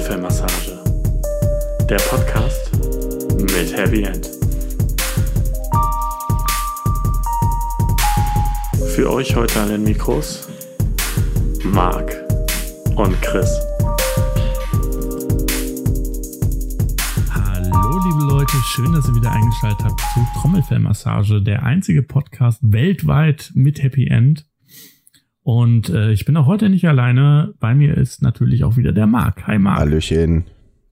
Trommelfellmassage, der Podcast mit Happy End. Für euch heute an den Mikros Marc und Chris. Hallo liebe Leute, schön, dass ihr wieder eingeschaltet habt zu Trommelfellmassage, der einzige Podcast weltweit mit Happy End. Und ich bin auch heute nicht alleine. Bei mir ist natürlich auch wieder der Marc. Hi Marc. Hallöchen.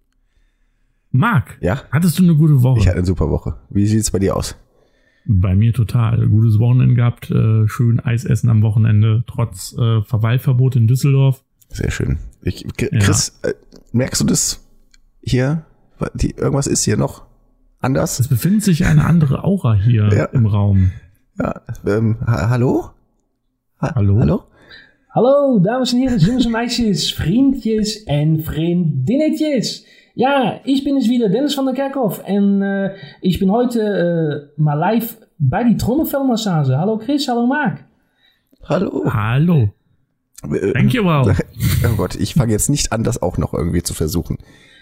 Marc, ja? Hattest du eine gute Woche? Ich hatte eine super Woche. Wie sieht's bei dir aus? Bei mir total. Gutes Wochenende gehabt. Schön Eis essen am Wochenende, trotz Verweilverbot in Düsseldorf. Sehr schön. Chris, merkst du das hier? Irgendwas ist hier noch anders? Es befindet sich eine andere Aura hier im Raum. Ja, hallo? Hallo? Hallo? Hallo, dames en heren, jongens en meisjes, vriendjes en vriendinnetjes. Ja, ich bin es wieder, Dennis van der Kerkhof. En ich bin heute mal live bei die Trommelfellmassage. Hallo Chris, hallo Marc. Hallo. Hallo. Thank you, wow. Oh Gott, ich fange jetzt nicht an, das auch noch irgendwie zu versuchen.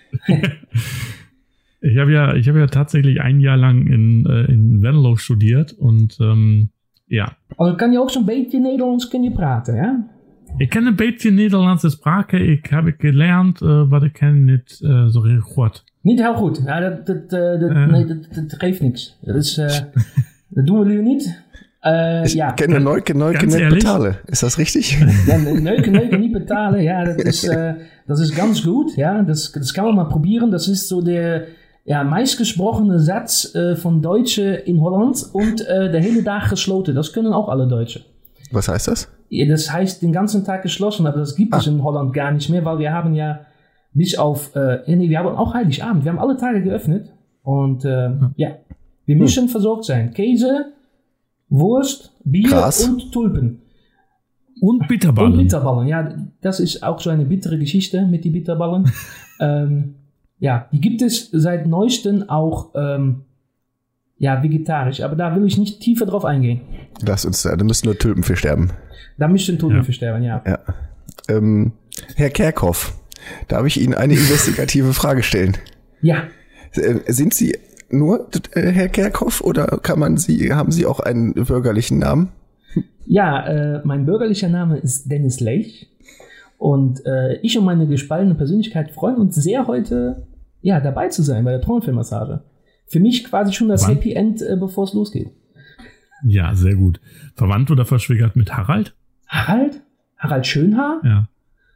Ich habe ja tatsächlich ein Jahr lang in Venlo studiert und ja. Also kan je ook zo'n beetje Nederlands praten, ja? Ik ken een beetje Nederlandse sprache. Ik heb gelernt, maar ik ken niet zo heel goed. Niet heel goed. Ja, dat geeft niks. Dat doen we liever niet. Ich kenne Neuke nicht betalen. Ist das richtig? Ja, Neuke nicht betalen. Ja, das ist ganz gut. Ja, das kann man mal probieren. Das ist so der meistgesprochene Satz von Deutschen in Holland und der hele Tag geschloten. Das können auch alle Deutsche. Was heißt das? Ja, das heißt den ganzen Tag geschlossen, aber das gibt es in Holland gar nicht mehr, weil wir haben ja bis auf, wir haben auch Heiligabend, wir haben alle Tage geöffnet und wir müssen versorgt sein. Käse, Wurst, Bier Gras. Und Tulpen. Und Bitterballen. Und Bitterballen, ja, das ist auch so eine bittere Geschichte mit den Bitterballen. Die gibt es seit neuestem auch vegetarisch, aber da will ich nicht tiefer drauf eingehen. Lass uns da müssen nur Tulpen für sterben. Da müssen Tulpen für sterben, ja. Herr Kerkhoff, darf ich Ihnen eine investigative Frage stellen? Ja. Sind Sie nur Herr Kerkhoff oder haben Sie auch einen bürgerlichen Namen? Ja, mein bürgerlicher Name ist Dennis Lech und ich und meine gespaltene Persönlichkeit freuen uns sehr, heute dabei zu sein bei der Trommelfellmassage. Für mich quasi schon das Happy End, bevor es losgeht. Ja, sehr gut. Verwandt oder verschwägert mit Harald? Harald? Harald Schönhaar? Ja.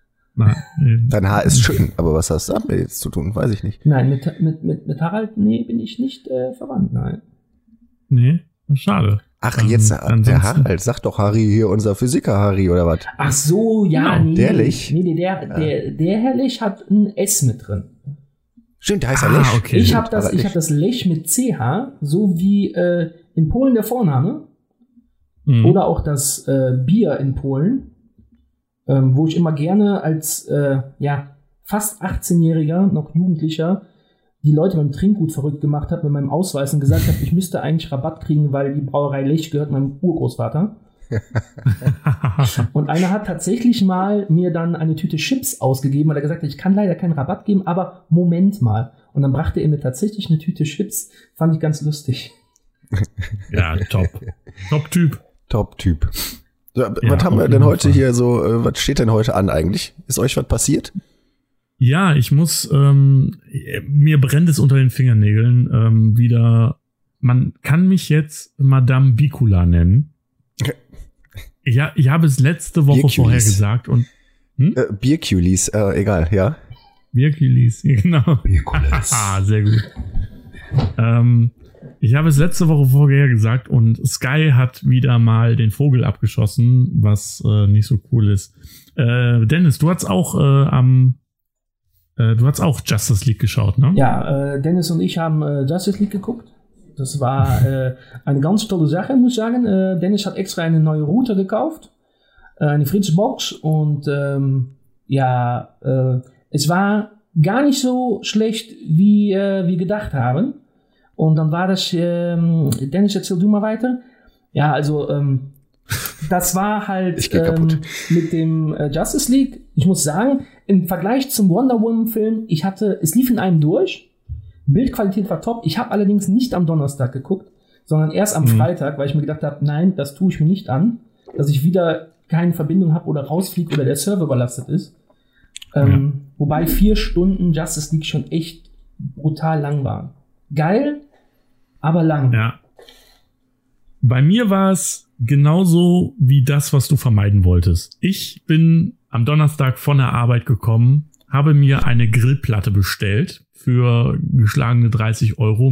Dein Haar ist schön, aber was hast du damit jetzt zu tun? Weiß ich nicht. Nein, mit Harald, bin ich nicht verwandt, nein. Nee, schade. Ach, jetzt, der Harald, sag doch Harry hier, unser Physiker Harry, oder was? Ach so, ja, genau, nee. Der Lech? Nee, der Herr Lech hat ein S mit drin. Stimmt, der heißt ja Lech. Okay. Ich hab das Lech mit CH, so wie in Polen der Vorname. Mhm. Oder auch das Bier in Polen, wo ich immer gerne als fast 18-Jähriger, noch Jugendlicher, die Leute beim Trinkgut verrückt gemacht habe mit meinem Ausweis und gesagt habe, ich müsste eigentlich Rabatt kriegen, weil die Brauerei Lech gehört meinem Urgroßvater. Und einer hat tatsächlich mal mir dann eine Tüte Chips ausgegeben, weil er gesagt hat, ich kann leider keinen Rabatt geben, aber Moment mal. Und dann brachte er mir tatsächlich eine Tüte Chips. Fand ich ganz lustig. Ja, top. Top-Typ. Top-Typ. So, was haben wir denn heute hier so, was steht denn heute an eigentlich? Ist euch was passiert? Ja, ich muss, mir brennt es unter den Fingernägeln wieder, man kann mich jetzt Madame Bicula nennen. Ja, ich habe es letzte Woche vorher gesagt und Bierculies, egal, ja. Bierculies, genau. Sehr gut. Ich habe es letzte Woche vorher gesagt und Sky hat wieder mal den Vogel abgeschossen, was nicht so cool ist. Dennis, du hast auch Justice League geschaut, ne? Ja, Dennis und ich haben Justice League geguckt. Das war eine ganz tolle Sache, muss ich sagen. Dennis hat extra eine neue Router gekauft, eine Fritzbox und es war gar nicht so schlecht, wie wir gedacht haben. Und dann war das, Dennis, erzähl du mal weiter. Ja, also das war halt mit dem Justice League, ich muss sagen, im Vergleich zum Wonder Woman-Film, es lief in einem durch, Bildqualität war top, ich habe allerdings nicht am Donnerstag geguckt, sondern erst am Freitag, weil ich mir gedacht habe, nein, das tue ich mir nicht an, dass ich wieder keine Verbindung habe oder rausfliege oder der Server überlastet ist. Wobei 4 Stunden Justice League schon echt brutal lang waren. Geil, aber lang. Ja. Bei mir war es genauso wie das, was du vermeiden wolltest. Ich bin am Donnerstag von der Arbeit gekommen, habe mir eine Grillplatte bestellt für geschlagene 30 €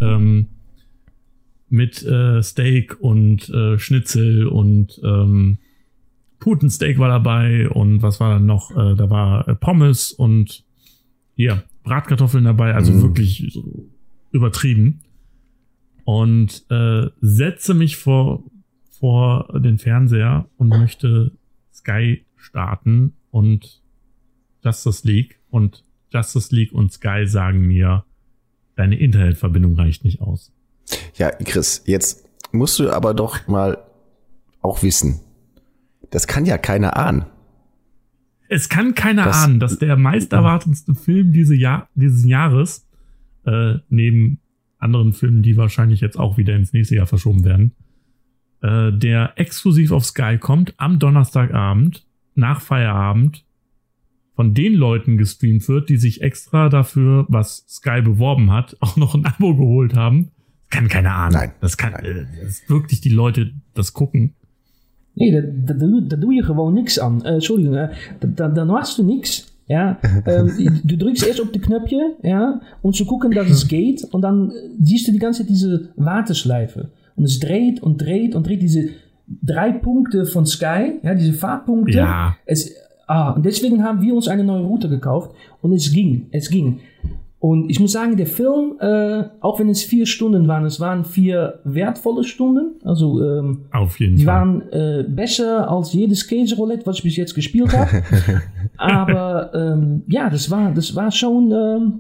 mit Steak und Schnitzel und Putensteak war dabei und was war dann noch? Da war Pommes und Bratkartoffeln dabei, also wirklich so übertrieben. Und setze mich vor den Fernseher und möchte Sky starten und Justice League und Sky sagen mir, deine Internetverbindung reicht nicht aus. Ja, Chris, jetzt musst du aber doch mal auch wissen, das kann ja keiner ahnen. Es kann keiner ahnen, dass der meisterwartendste Film dieses Jahres, neben anderen Filmen, die wahrscheinlich jetzt auch wieder ins nächste Jahr verschoben werden, der exklusiv auf Sky kommt, am Donnerstagabend, nach Feierabend, von den Leuten gestreamt wird, die sich extra dafür, was Sky beworben hat, auch noch ein Abo geholt haben. Das kann keiner ahnen. Nein. Das ist wirklich die Leute, das gucken. Nee, da doe je gewoon niks an. Entschuldigung, da machst du niks. Ja, du drückst erst auf die Knöpfchen, ja, um zu gucken, dass es geht, und dann siehst du die ganze Zeit diese Warteschleife. Und es dreht und dreht und dreht diese 3 Punkte von Sky, ja, diese Farbpunkte. Ja. Und deswegen haben wir uns eine neue Router gekauft und es ging. Und ich muss sagen, der Film, auch wenn es 4 Stunden waren, es waren 4 wertvolle Stunden. Also auf jeden die Fall. waren besser als jedes Käseroulette, was ich bis jetzt gespielt habe. Aber das war schon,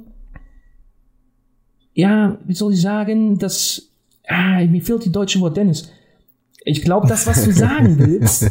wie soll ich sagen, mir fehlt die deutsche Wort, Dennis. Ich glaube, das, was du sagen willst,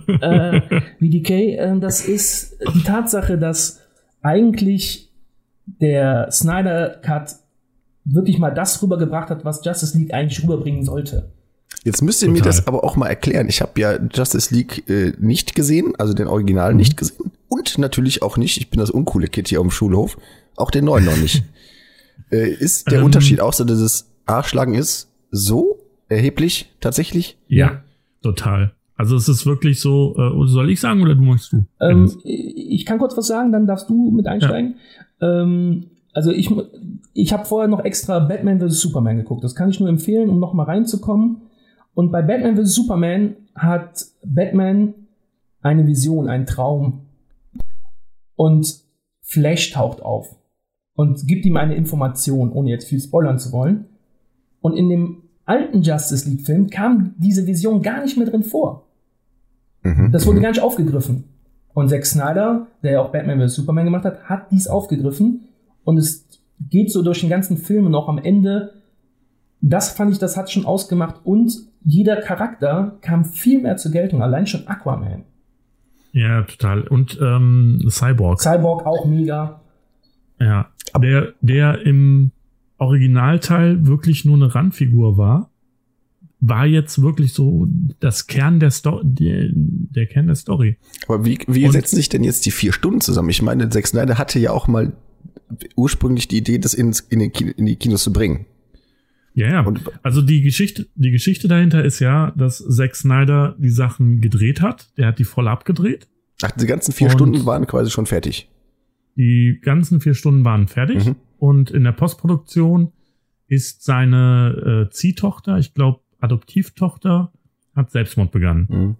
VDK, das ist die Tatsache, dass eigentlich der Snyder Cut wirklich mal das rübergebracht hat, was Justice League eigentlich rüberbringen sollte. Jetzt müsst ihr mir das aber auch mal erklären. Ich habe ja Justice League nicht gesehen, also den Original nicht gesehen. Und natürlich auch nicht, ich bin das uncoole Kid hier auf dem Schulhof, auch den neuen noch nicht. Ist der Unterschied, außer dass es A-Schlagen ist, so erheblich tatsächlich? Ja, total. Also es ist wirklich so, soll ich sagen oder möchtest du? Ich kann kurz was sagen, dann darfst du mit einsteigen. Ja. Also ich habe vorher noch extra Batman vs. Superman geguckt. Das kann ich nur empfehlen, um noch mal reinzukommen. Und bei Batman vs. Superman hat Batman eine Vision, einen Traum. Und Flash taucht auf und gibt ihm eine Information, ohne jetzt viel spoilern zu wollen. Und in dem alten Justice League-Film kam diese Vision gar nicht mehr drin vor. Das wurde gar nicht aufgegriffen. Und Zack Snyder, der ja auch Batman vs. Superman gemacht hat, hat dies aufgegriffen. Und es geht so durch den ganzen Film und auch am Ende. Das fand ich, das hat schon ausgemacht. Und jeder Charakter kam viel mehr zur Geltung. Allein schon Aquaman. Ja, total. Und Cyborg. Cyborg auch mega. Ja, der im Originalteil wirklich nur eine Randfigur war jetzt wirklich so das Kern der der Kern der Story. Aber wie setzen sich denn jetzt die 4 Stunden zusammen? Ich meine, Zack Snyder hatte ja auch mal ursprünglich die Idee, das in die Kinos zu bringen. Ja. Also die Geschichte dahinter ist ja, dass Zack Snyder die Sachen gedreht hat. Der hat die voll abgedreht. Ach, die ganzen 4 Stunden waren quasi schon fertig. Die ganzen 4 Stunden waren fertig. Und in der Postproduktion ist seine Ziehtochter, ich glaube Adoptivtochter, hat Selbstmord begangen.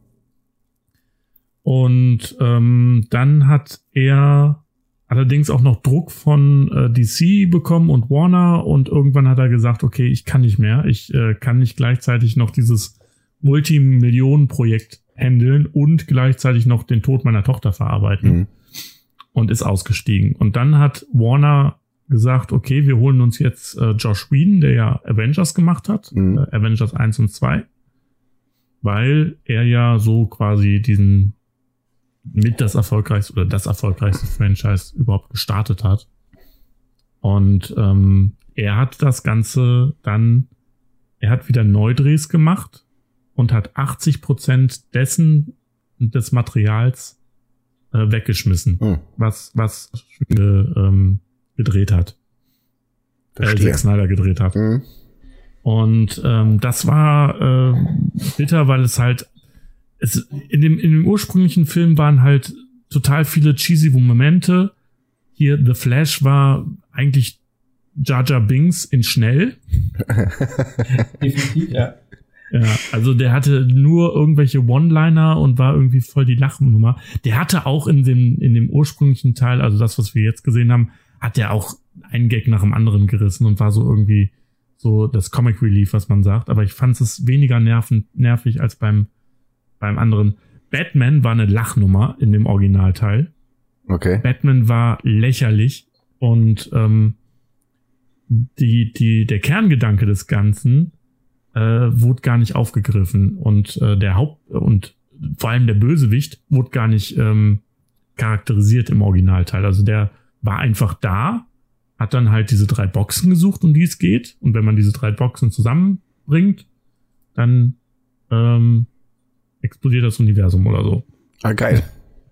Und dann hat er allerdings auch noch Druck von DC bekommen und Warner, und irgendwann hat er gesagt, okay, ich kann nicht mehr. Ich kann nicht gleichzeitig noch dieses Multimillionen-Projekt handeln und gleichzeitig noch den Tod meiner Tochter verarbeiten. Und ist ausgestiegen. Und dann hat Warner gesagt, okay, wir holen uns jetzt Joss Whedon, der ja Avengers gemacht hat, Avengers 1 und 2. weil er ja so quasi das erfolgreichste Franchise überhaupt gestartet hat. Und er hat das Ganze dann, er hat wieder Neudrehs gemacht und hat 80% des Materials weggeschmissen, was gedreht hat. Zack Snyder gedreht hat. Mhm. Und das war bitter, weil es halt in dem ursprünglichen Film waren halt total viele cheesy Momente. Hier The Flash war eigentlich Jar Jar Binks in schnell. Definitiv, ja. Ja, also der hatte nur irgendwelche One-Liner und war irgendwie voll die Lachnummer. Der hatte auch in dem ursprünglichen Teil, also das, was wir jetzt gesehen haben, hat der auch einen Gag nach dem anderen gerissen und war so irgendwie so das Comic Relief, was man sagt. Aber ich fand es weniger nervig als beim anderen. Batman war eine Lachnummer in dem Originalteil. Okay. Batman war lächerlich und der Kerngedanke des Ganzen wurde gar nicht aufgegriffen und und vor allem der Bösewicht wurde gar nicht charakterisiert im Originalteil. Also der war einfach da, hat dann halt diese 3 Boxen gesucht, um die es geht. Und wenn man diese 3 Boxen zusammenbringt, dann explodiert das Universum oder so. Ah, geil.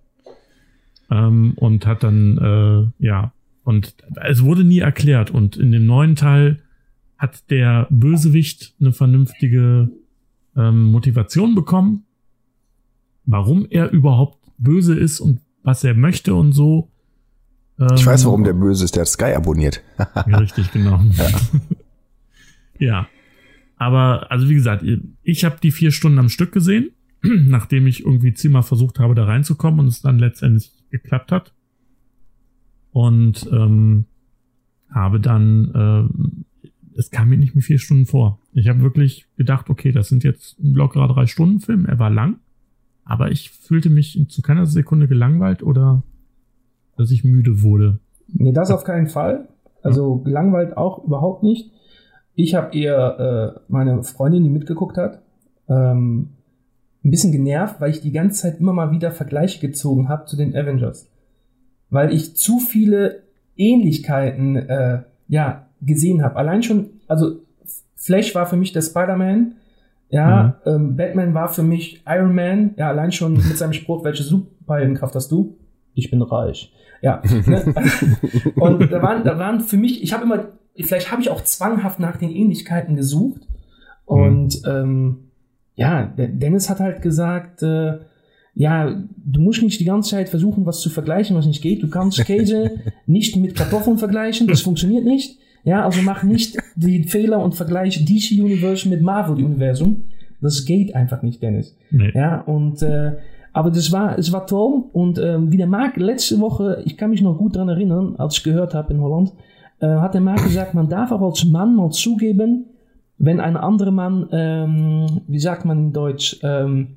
Und hat dann, und es wurde nie erklärt. Und in dem neuen Teil hat der Bösewicht eine vernünftige Motivation bekommen, warum er überhaupt böse ist und was er möchte und so. Ich weiß, warum der böse ist. Der hat Sky abonniert. Ja, richtig, genau. Ja. Ja. Aber, also wie gesagt, ich habe die 4 Stunden am Stück gesehen, nachdem ich irgendwie zehnmal versucht habe, da reinzukommen und es dann letztendlich geklappt hat. Und habe dann, es kam mir nicht mehr 4 Stunden vor. Ich habe wirklich gedacht, okay, das sind jetzt locker 3 Stunden Film. Er war lang, aber ich fühlte mich zu keiner Sekunde gelangweilt oder dass ich müde wurde. Nee, das auf keinen Fall. Also gelangweilt auch überhaupt nicht. Ich habe eher meine Freundin, die mitgeguckt hat, ein bisschen genervt, weil ich die ganze Zeit immer mal wieder Vergleiche gezogen habe zu den Avengers. Weil ich zu viele Ähnlichkeiten gesehen habe. Allein schon, also Flash war für mich der Spider-Man, Batman war für mich Iron Man, ja, allein schon mit seinem Spruch, welche Superheldenkraft hast du? Ich bin reich. Ja. Ne? Und da waren für mich, vielleicht habe ich auch zwanghaft nach den Ähnlichkeiten gesucht. Und der Dennis hat halt gesagt, du musst nicht die ganze Zeit versuchen, was zu vergleichen, was nicht geht. Du kannst Käse nicht mit Kartoffeln vergleichen, das funktioniert nicht. Ja, also mach nicht die Fehler und vergleiche DC Universe mit Marvel Universum. Das geht einfach nicht, Dennis. Nee. Ja, und aber es war toll. Und wie der Marc letzte Woche, ich kann mich noch gut daran erinnern, als ich gehört habe in Holland, hat der Marc gesagt, man darf auch als Mann mal zugeben, wenn ein anderer Mann, wie sagt man in Deutsch, eine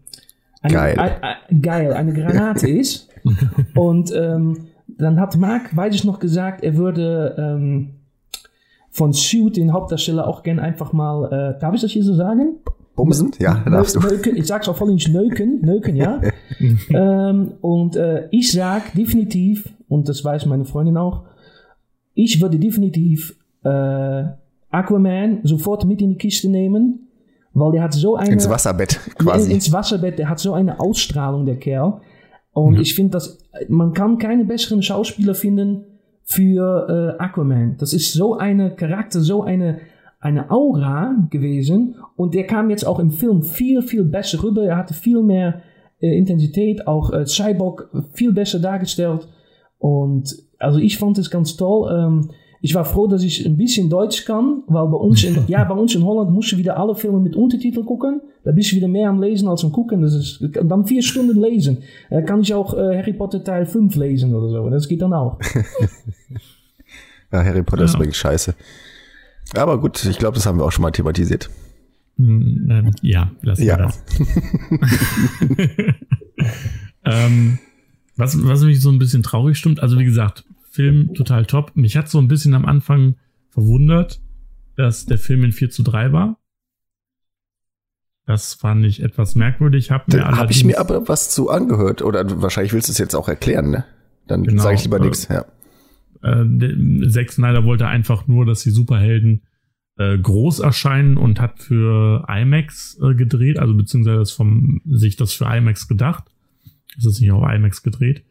Granate ist. Und dann hat Marc, weiß ich noch, gesagt, er würde von Suit, den Hauptdarsteller, auch gern einfach mal, darf ich das hier so sagen? Bumsen? Ja, darfst du. Neuken, ich sag's auch voll nicht neuken, ja. Und ich sag definitiv, und das weiß meine Freundin auch, ich würde definitiv Aquaman sofort mit in die Kiste nehmen, weil der hat so eine... Ins Wasserbett quasi. Ins Wasserbett, der hat so eine Ausstrahlung, der Kerl. Und ich finde, man kann keine besseren Schauspieler finden für Aquaman. Das ist so eine Charakter, so eine Aura gewesen. Und der kam jetzt auch im Film viel, viel besser rüber. Er hatte viel mehr Intensität, auch Cyborg viel besser dargestellt. Und also ich fand es ganz toll. Ich war froh, dass ich ein bisschen Deutsch kann, weil bei uns in Holland musst du wieder alle Filme mit Untertitel gucken. Da bist du wieder mehr am Lesen als am Gucken. Das ist dann 4 Stunden lesen. Da kann ich auch Harry Potter Teil 5 lesen oder so. Das geht dann auch. Ja, Harry Potter ist wirklich scheiße. Aber gut, ich glaube, das haben wir auch schon mal thematisiert. Ja, lassen wir das. Was mich so ein bisschen traurig stimmt, also wie gesagt, Film total top. Mich hat so ein bisschen am Anfang verwundert, dass der Film in 4:3 war. Das fand ich etwas merkwürdig. Habe ich mir aber was zu angehört. Oder wahrscheinlich willst du es jetzt auch erklären, ne? Dann sage ich lieber nichts. Ja. Zack Snyder wollte einfach nur, dass die Superhelden groß erscheinen und hat für IMAX gedreht, also beziehungsweise sich das für IMAX gedacht. Das ist nicht auf IMAX gedreht.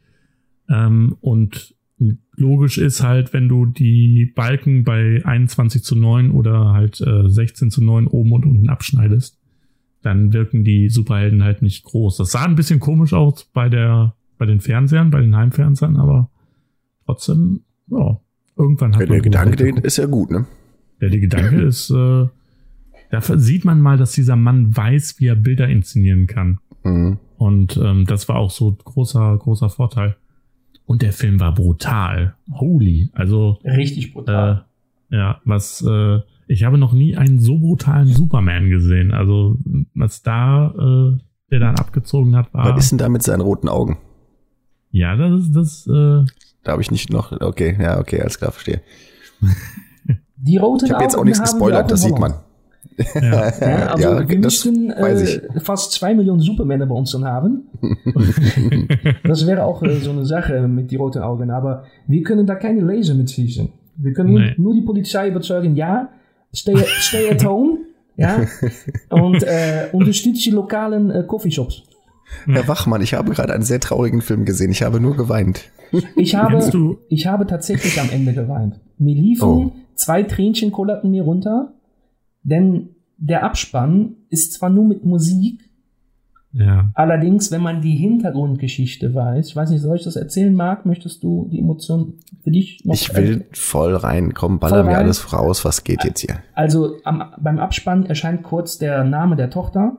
Und logisch ist halt, wenn du die Balken bei 21:9 oder halt 16:9 oben und unten abschneidest, dann wirken die Superhelden halt nicht groß. Das sah ein bisschen komisch aus bei den Fernsehern, bei den Heimfernsehern, aber trotzdem, ja, irgendwann hat der Gedanke ist ja gut, ne? Der Gedanke ist, da sieht man mal, dass dieser Mann weiß, wie er Bilder inszenieren kann. Mhm. Und das war auch so großer Vorteil. Und der Film war brutal. Holy. Also. Richtig brutal. Ich habe noch nie einen so brutalen Superman gesehen. Also, was da, der dann abgezogen hat, war. Was ist denn da mit seinen roten Augen? Ja, das da habe ich nicht noch. Okay, alles klar, verstehe. Die roten Augen. Ich habe jetzt auch nichts gespoilert, das sieht man. Ja, wir müssten fast 2 Millionen Supermänner bei uns schon haben. Das wäre auch so eine Sache mit die roten Augen. Aber wir können da keine Laser mit schießen. Wir können nur die Polizei überzeugen, ja, stay at home, ja, und unterstützt die lokalen Coffeeshops. Herr Wachmann, ich habe gerade einen sehr traurigen Film gesehen. Ich habe nur geweint. Ich habe tatsächlich am Ende geweint. Mir liefen 2 Tränchen kullerten mir runter. Denn der Abspann ist zwar nur mit Musik, allerdings, wenn man die Hintergrundgeschichte weiß, ich weiß nicht, soll ich das erzählen, Marc? Möchtest du die Emotionen für dich noch? Ich will voll rein, komm, baller mir alles raus, was geht jetzt hier? Also beim Abspann erscheint kurz der Name der Tochter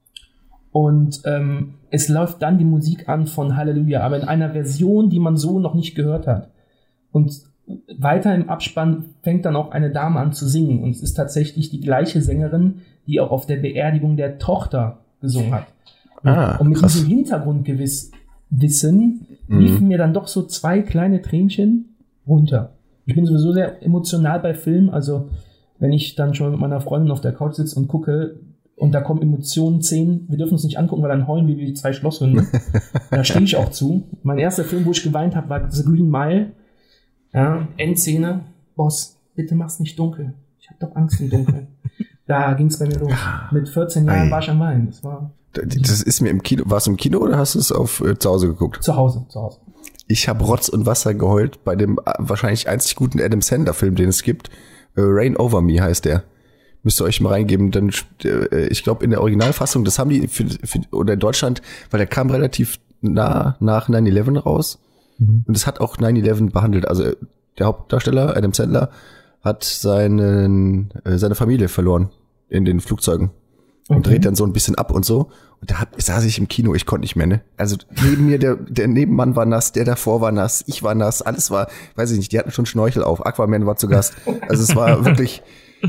und es läuft dann die Musik an von Halleluja, aber in einer Version, die man so noch nicht gehört hat. Und weiter im Abspann fängt dann auch eine Dame an zu singen. Und es ist tatsächlich die gleiche Sängerin, die auch auf der Beerdigung der Tochter gesungen hat. Und mit diesem Hintergrundwissen liefen mir dann doch so 2 kleine Tränchen runter. Ich bin sowieso sehr emotional bei Filmen. Also wenn ich dann schon mit meiner Freundin auf der Couch sitze und gucke und da kommen Emotionen, Szenen, wir dürfen uns nicht angucken, weil dann heulen wir wie 2 Schlosshunde. Da stehe ich auch zu. Mein erster Film, wo ich geweint habe, war The Green Mile. Ja, Endszene, Boss, bitte mach's nicht dunkel. Ich habe doch Angst im Dunkeln. Da ging's bei mir los. Mit 14 Jahren war ich am Weinen. Das ist mir im Kino. Warst du im Kino oder hast du es zu Hause geguckt? Zu Hause. Ich habe Rotz und Wasser geheult bei dem wahrscheinlich einzig guten Adam Sandler-Film, den es gibt. Rain Over Me heißt der. Müsst ihr euch mal reingeben. Dann, ich glaube, in der Originalfassung, das haben die oder in Deutschland, weil der kam relativ nah nach 9/11 raus. Und es hat auch 9/11 behandelt. Also der Hauptdarsteller, Adam Sandler, hat seine Familie verloren in den Flugzeugen. Und dreht dann so ein bisschen ab und so. Und da saß ich im Kino, ich konnte nicht mehr, ne? Also neben mir, der Nebenmann war nass, der davor war nass, ich war nass, alles war, weiß ich nicht, die hatten schon Schnorchel auf. Aquaman war zu Gast. Also es war wirklich...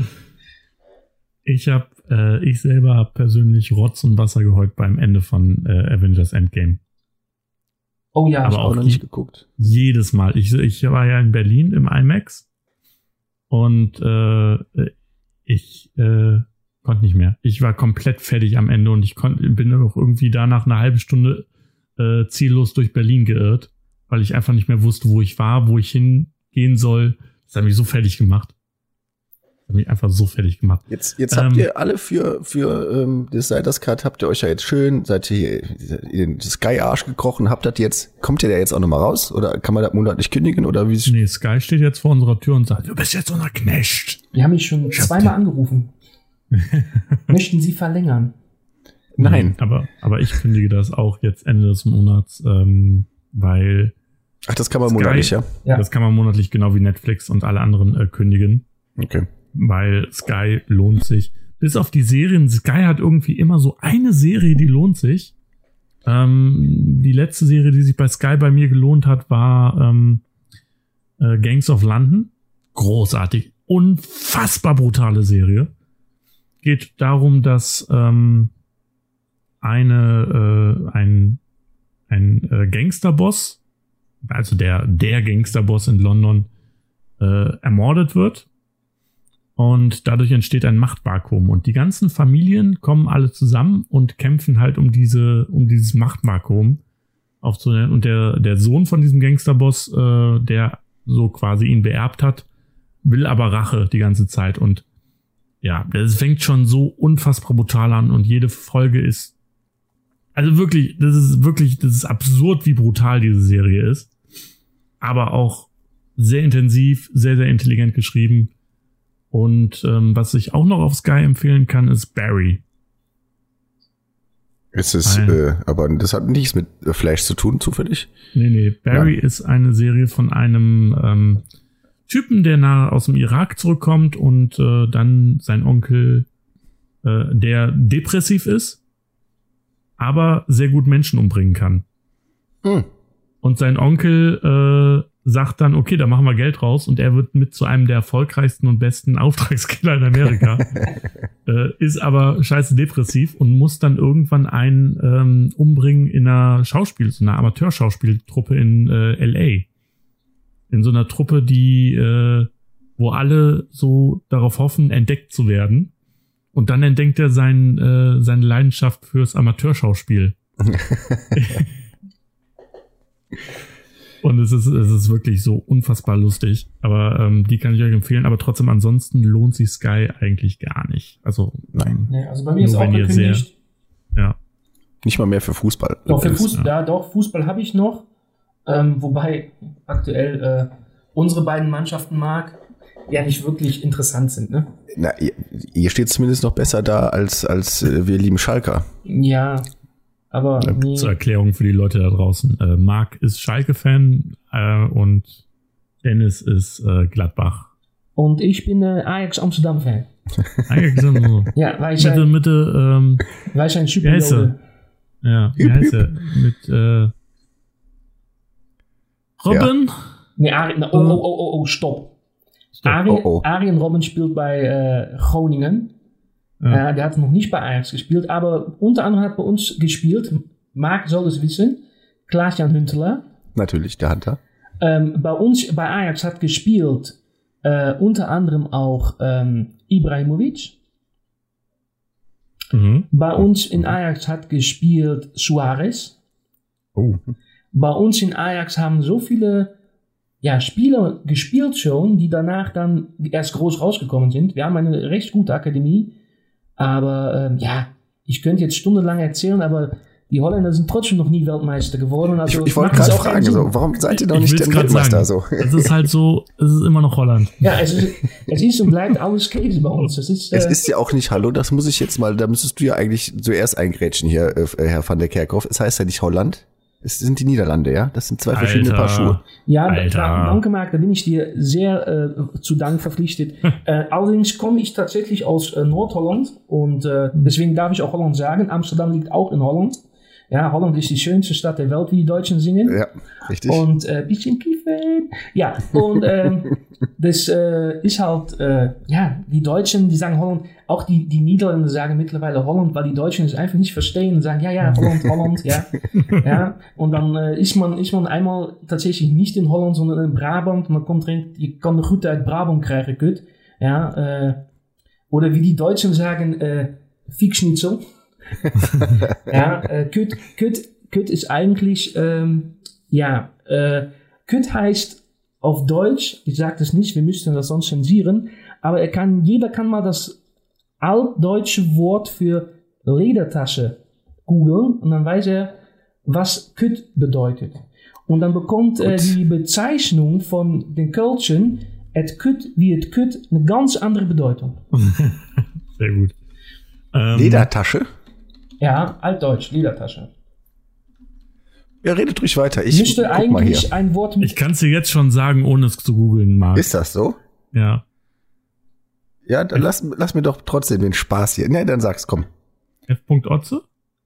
Ich selber habe persönlich Rotz und Wasser geheult beim Ende von Avengers Endgame. Oh ja, aber auch noch nicht geguckt. Jedes Mal. Ich war ja in Berlin im IMAX und ich konnte nicht mehr. Ich war komplett fertig am Ende und bin auch irgendwie danach eine halbe Stunde ziellos durch Berlin geirrt, weil ich einfach nicht mehr wusste, wo ich war, wo ich hingehen soll. Das hat mich so fertig gemacht. Jetzt habt ihr alle für das Snyder's Cut, habt ihr euch ja jetzt schön, seid ihr hier in den Sky-Arsch gekrochen, kommt ihr da jetzt auch nochmal raus? Oder kann man das monatlich kündigen? Oder wie? Nee, Sky steht jetzt vor unserer Tür und sagt, du bist jetzt unser Knecht. Die haben mich schon 2-mal angerufen. Möchten Sie verlängern? Nein. Aber ich kündige das auch jetzt Ende des Monats, weil... Ach, das kann man monatlich, ja? Das kann man monatlich genau wie Netflix und alle anderen kündigen. Okay. Weil Sky lohnt sich. Bis auf die Serien, Sky hat irgendwie immer so eine Serie, die lohnt sich. Die letzte Serie, die sich bei Sky bei mir gelohnt hat, war Gangs of London. Großartig. Unfassbar brutale Serie. Geht darum, dass ein Gangsterboss, also der Gangsterboss in London, ermordet wird. Und dadurch entsteht ein Machtvakuum. Und die ganzen Familien kommen alle zusammen und kämpfen halt um dieses Machtvakuum aufzunehmen. Und der Sohn von diesem Gangsterboss, der so quasi ihn beerbt hat, will aber Rache die ganze Zeit. Und ja, es fängt schon so unfassbar brutal an. Und jede Folge ist, also wirklich, das ist absurd, wie brutal diese Serie ist. Aber auch sehr intensiv, sehr, sehr intelligent geschrieben. Und was ich auch noch auf Sky empfehlen kann, ist Barry. Ist es, aber das hat nichts mit Flash zu tun, zufällig? Nee, Barry ist eine Serie von einem Typen, der aus dem Irak zurückkommt und dann sein Onkel, der depressiv ist, aber sehr gut Menschen umbringen kann. Und sein Onkel sagt dann, okay, da machen wir Geld raus, und er wird mit zu einem der erfolgreichsten und besten Auftragskiller in Amerika, ist aber scheiße depressiv und muss dann irgendwann einen umbringen in einer einer Amateurschauspieltruppe in L.A. In so einer Truppe, wo alle so darauf hoffen, entdeckt zu werden. Und dann entdeckt er seine Leidenschaft fürs Amateurschauspiel. Und es ist wirklich so unfassbar lustig. Aber die kann ich euch empfehlen. Aber trotzdem, ansonsten lohnt sich Sky eigentlich gar nicht. Also, nein. Nee, also bei mir ist auch gekündigt. Nicht mal mehr für Fußball. Doch, Fußball habe ich noch. Wobei aktuell unsere beiden Mannschaften ja nicht wirklich interessant sind, ne? Na, ihr steht zumindest noch besser da als wir lieben Schalker. Ja, aber zur Erklärung für die Leute da draußen. Marc ist Schalke-Fan und Dennis ist Gladbach. Und ich bin Ajax Amsterdam-Fan. Ajax Amsterdam. Ja, weil ich ein Superheld. Ja, wie heißt er? Mit Robin? Ja. Nee, stopp. Arjen Robben spielt bei Groningen. Ja. Der hat noch nicht bei Ajax gespielt, aber unter anderem hat bei uns gespielt, Marc soll es wissen, Klaas-Jan Huntelaar. Natürlich, der Hunter. Bei uns, bei Ajax hat gespielt unter anderem auch Ibrahimovic. Bei uns in Ajax hat gespielt Suarez. Bei uns in Ajax haben so viele Spieler gespielt schon, die danach dann erst groß rausgekommen sind. Wir haben eine recht gute Akademie, aber ich könnte jetzt stundenlang erzählen, aber die Holländer sind trotzdem noch nie Weltmeister geworden. Also ich wollte gerade fragen, warum seid ihr noch nicht der Weltmeister? So? Es ist halt so, es ist immer noch Holland. Ja, es ist und bleibt alles Käse bei uns. Es ist ja auch nicht, hallo, das muss ich jetzt mal, da müsstest du ja eigentlich zuerst eingrätschen hier, Herr van der Kerkhoff. Es heißt ja nicht Holland. Es sind die Niederlande, ja? Das sind zwei verschiedene Paar Schuhe. Ja, danke Marc, da bin ich dir sehr zu Dank verpflichtet. Allerdings komme ich tatsächlich aus Nordholland und deswegen darf ich auch Holland sagen. Amsterdam liegt auch in Holland. Ja, Holland ist die schönste Stadt der Welt, wie die Deutschen singen. Ja, richtig. Und bisschen kiffen. Ja, und das ist halt, die Deutschen, die sagen Holland, auch die Niederländer sagen mittlerweile Holland, weil die Deutschen es einfach nicht verstehen und sagen, Holland, ja. Ja, und dann ist man einmal tatsächlich nicht in Holland, sondern in Brabant. Und dann kommt drin, je kan de groeten uit Brabant krijgen, kut. Ja, oder wie die Deutschen sagen, Fickschnitzel. Kut ist eigentlich, Kut heißt auf Deutsch, ich sage das nicht, wir müssten das sonst zensieren, aber jeder kann mal das altdeutsche Wort für Ledertasche googeln und dann weiß er, was Kut bedeutet. Und dann bekommt die Bezeichnung von den Kölschen, het Kut eine ganz andere Bedeutung. Sehr gut. Ledertasche? Ja, altdeutsch, Ledertasche. Ja, redet ruhig weiter. Ich müsste eigentlich ein Wort mit. Ich kann es dir jetzt schon sagen, ohne es zu googeln, Marc. Ist das so? Ja. Ja, dann lass mir doch trotzdem den Spaß hier. Ne, dann sag's, komm. F. Otze?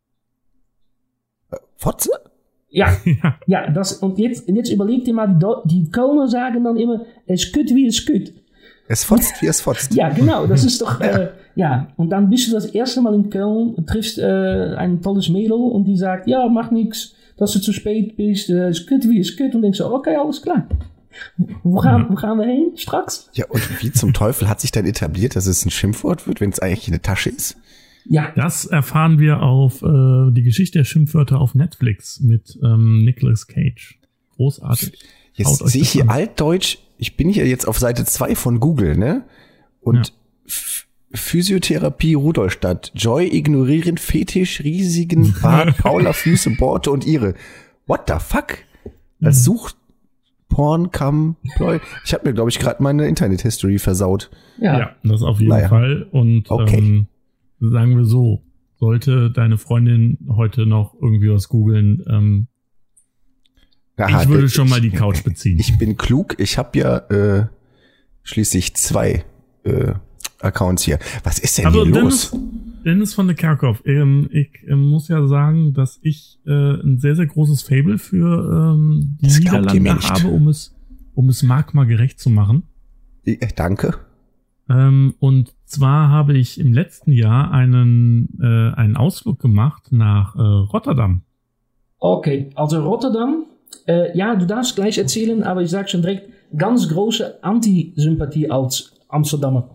Fotze? Ja, und jetzt überleg dir mal, die Kölner sagen dann immer, es kütt wie es kütt. Es fotzt, wie es fotzt. Ja, genau, das ist doch, und dann bist du das erste Mal in Köln, triffst ein tolles Mädel und die sagt, ja, macht nichts, dass du zu spät bist, es kütt wie es kütt und denkst so, okay, alles klar. Wo gaan wir hin? Straks? Ja, und wie zum Teufel hat sich dann etabliert, dass es ein Schimpfwort wird, wenn es eigentlich eine Tasche ist? Ja. Das erfahren wir auf die Geschichte der Schimpfwörter auf Netflix mit Nicolas Cage. Großartig. Jetzt sehe ich hier altdeutsch, ich bin hier jetzt auf Seite 2 von Google, ne? Und Physiotherapie Rudolstadt, Joy ignorieren Fetisch, riesigen Bart, Paula Füße, Borte und ihre. What the fuck? Das sucht Porn, Cam, Ploy. Ich habe mir, glaube ich, gerade meine Internet-History versaut. Ja, das auf jeden Fall. Und sagen wir so, sollte deine Freundin heute noch irgendwie was googeln, ich würde schon mal die Couch beziehen. Ich bin klug. Ich habe ja schließlich 2 Accounts hier. Was ist denn hier los? Dennis von der Kerkhoff. Ich muss ja sagen, dass ich ein sehr, sehr großes Faible für die Niederlande habe, um es Marc mal gerecht zu machen. Danke. Und zwar habe ich im letzten Jahr einen Ausflug gemacht nach Rotterdam. Okay, also Rotterdam. Ja, du darfst gleich erzählen, aber ich sage schon direkt, ganz große Antisympathie als Amsterdammer.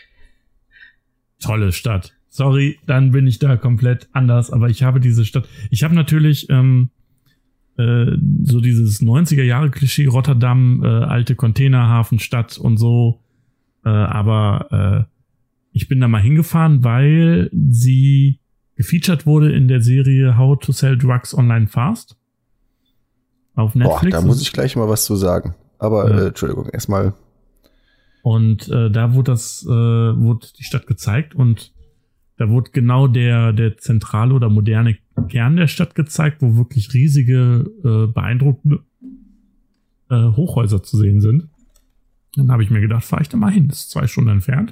Tolle Stadt. Sorry, dann bin ich da komplett anders, aber ich habe diese Stadt. Ich habe natürlich so dieses 90er-Jahre-Klischee Rotterdam, alte Containerhafenstadt und so, aber ich bin da mal hingefahren, weil sie gefeatured wurde in der Serie How to Sell Drugs Online Fast auf Netflix. Da muss ich gleich mal was zu sagen. Aber Entschuldigung, erstmal. Und da wurde die Stadt gezeigt und da wurde genau der zentrale oder moderne Kern der Stadt gezeigt, wo wirklich riesige, beeindruckende Hochhäuser zu sehen sind. Dann habe ich mir gedacht, fahre ich da mal hin. Das ist 2 Stunden entfernt.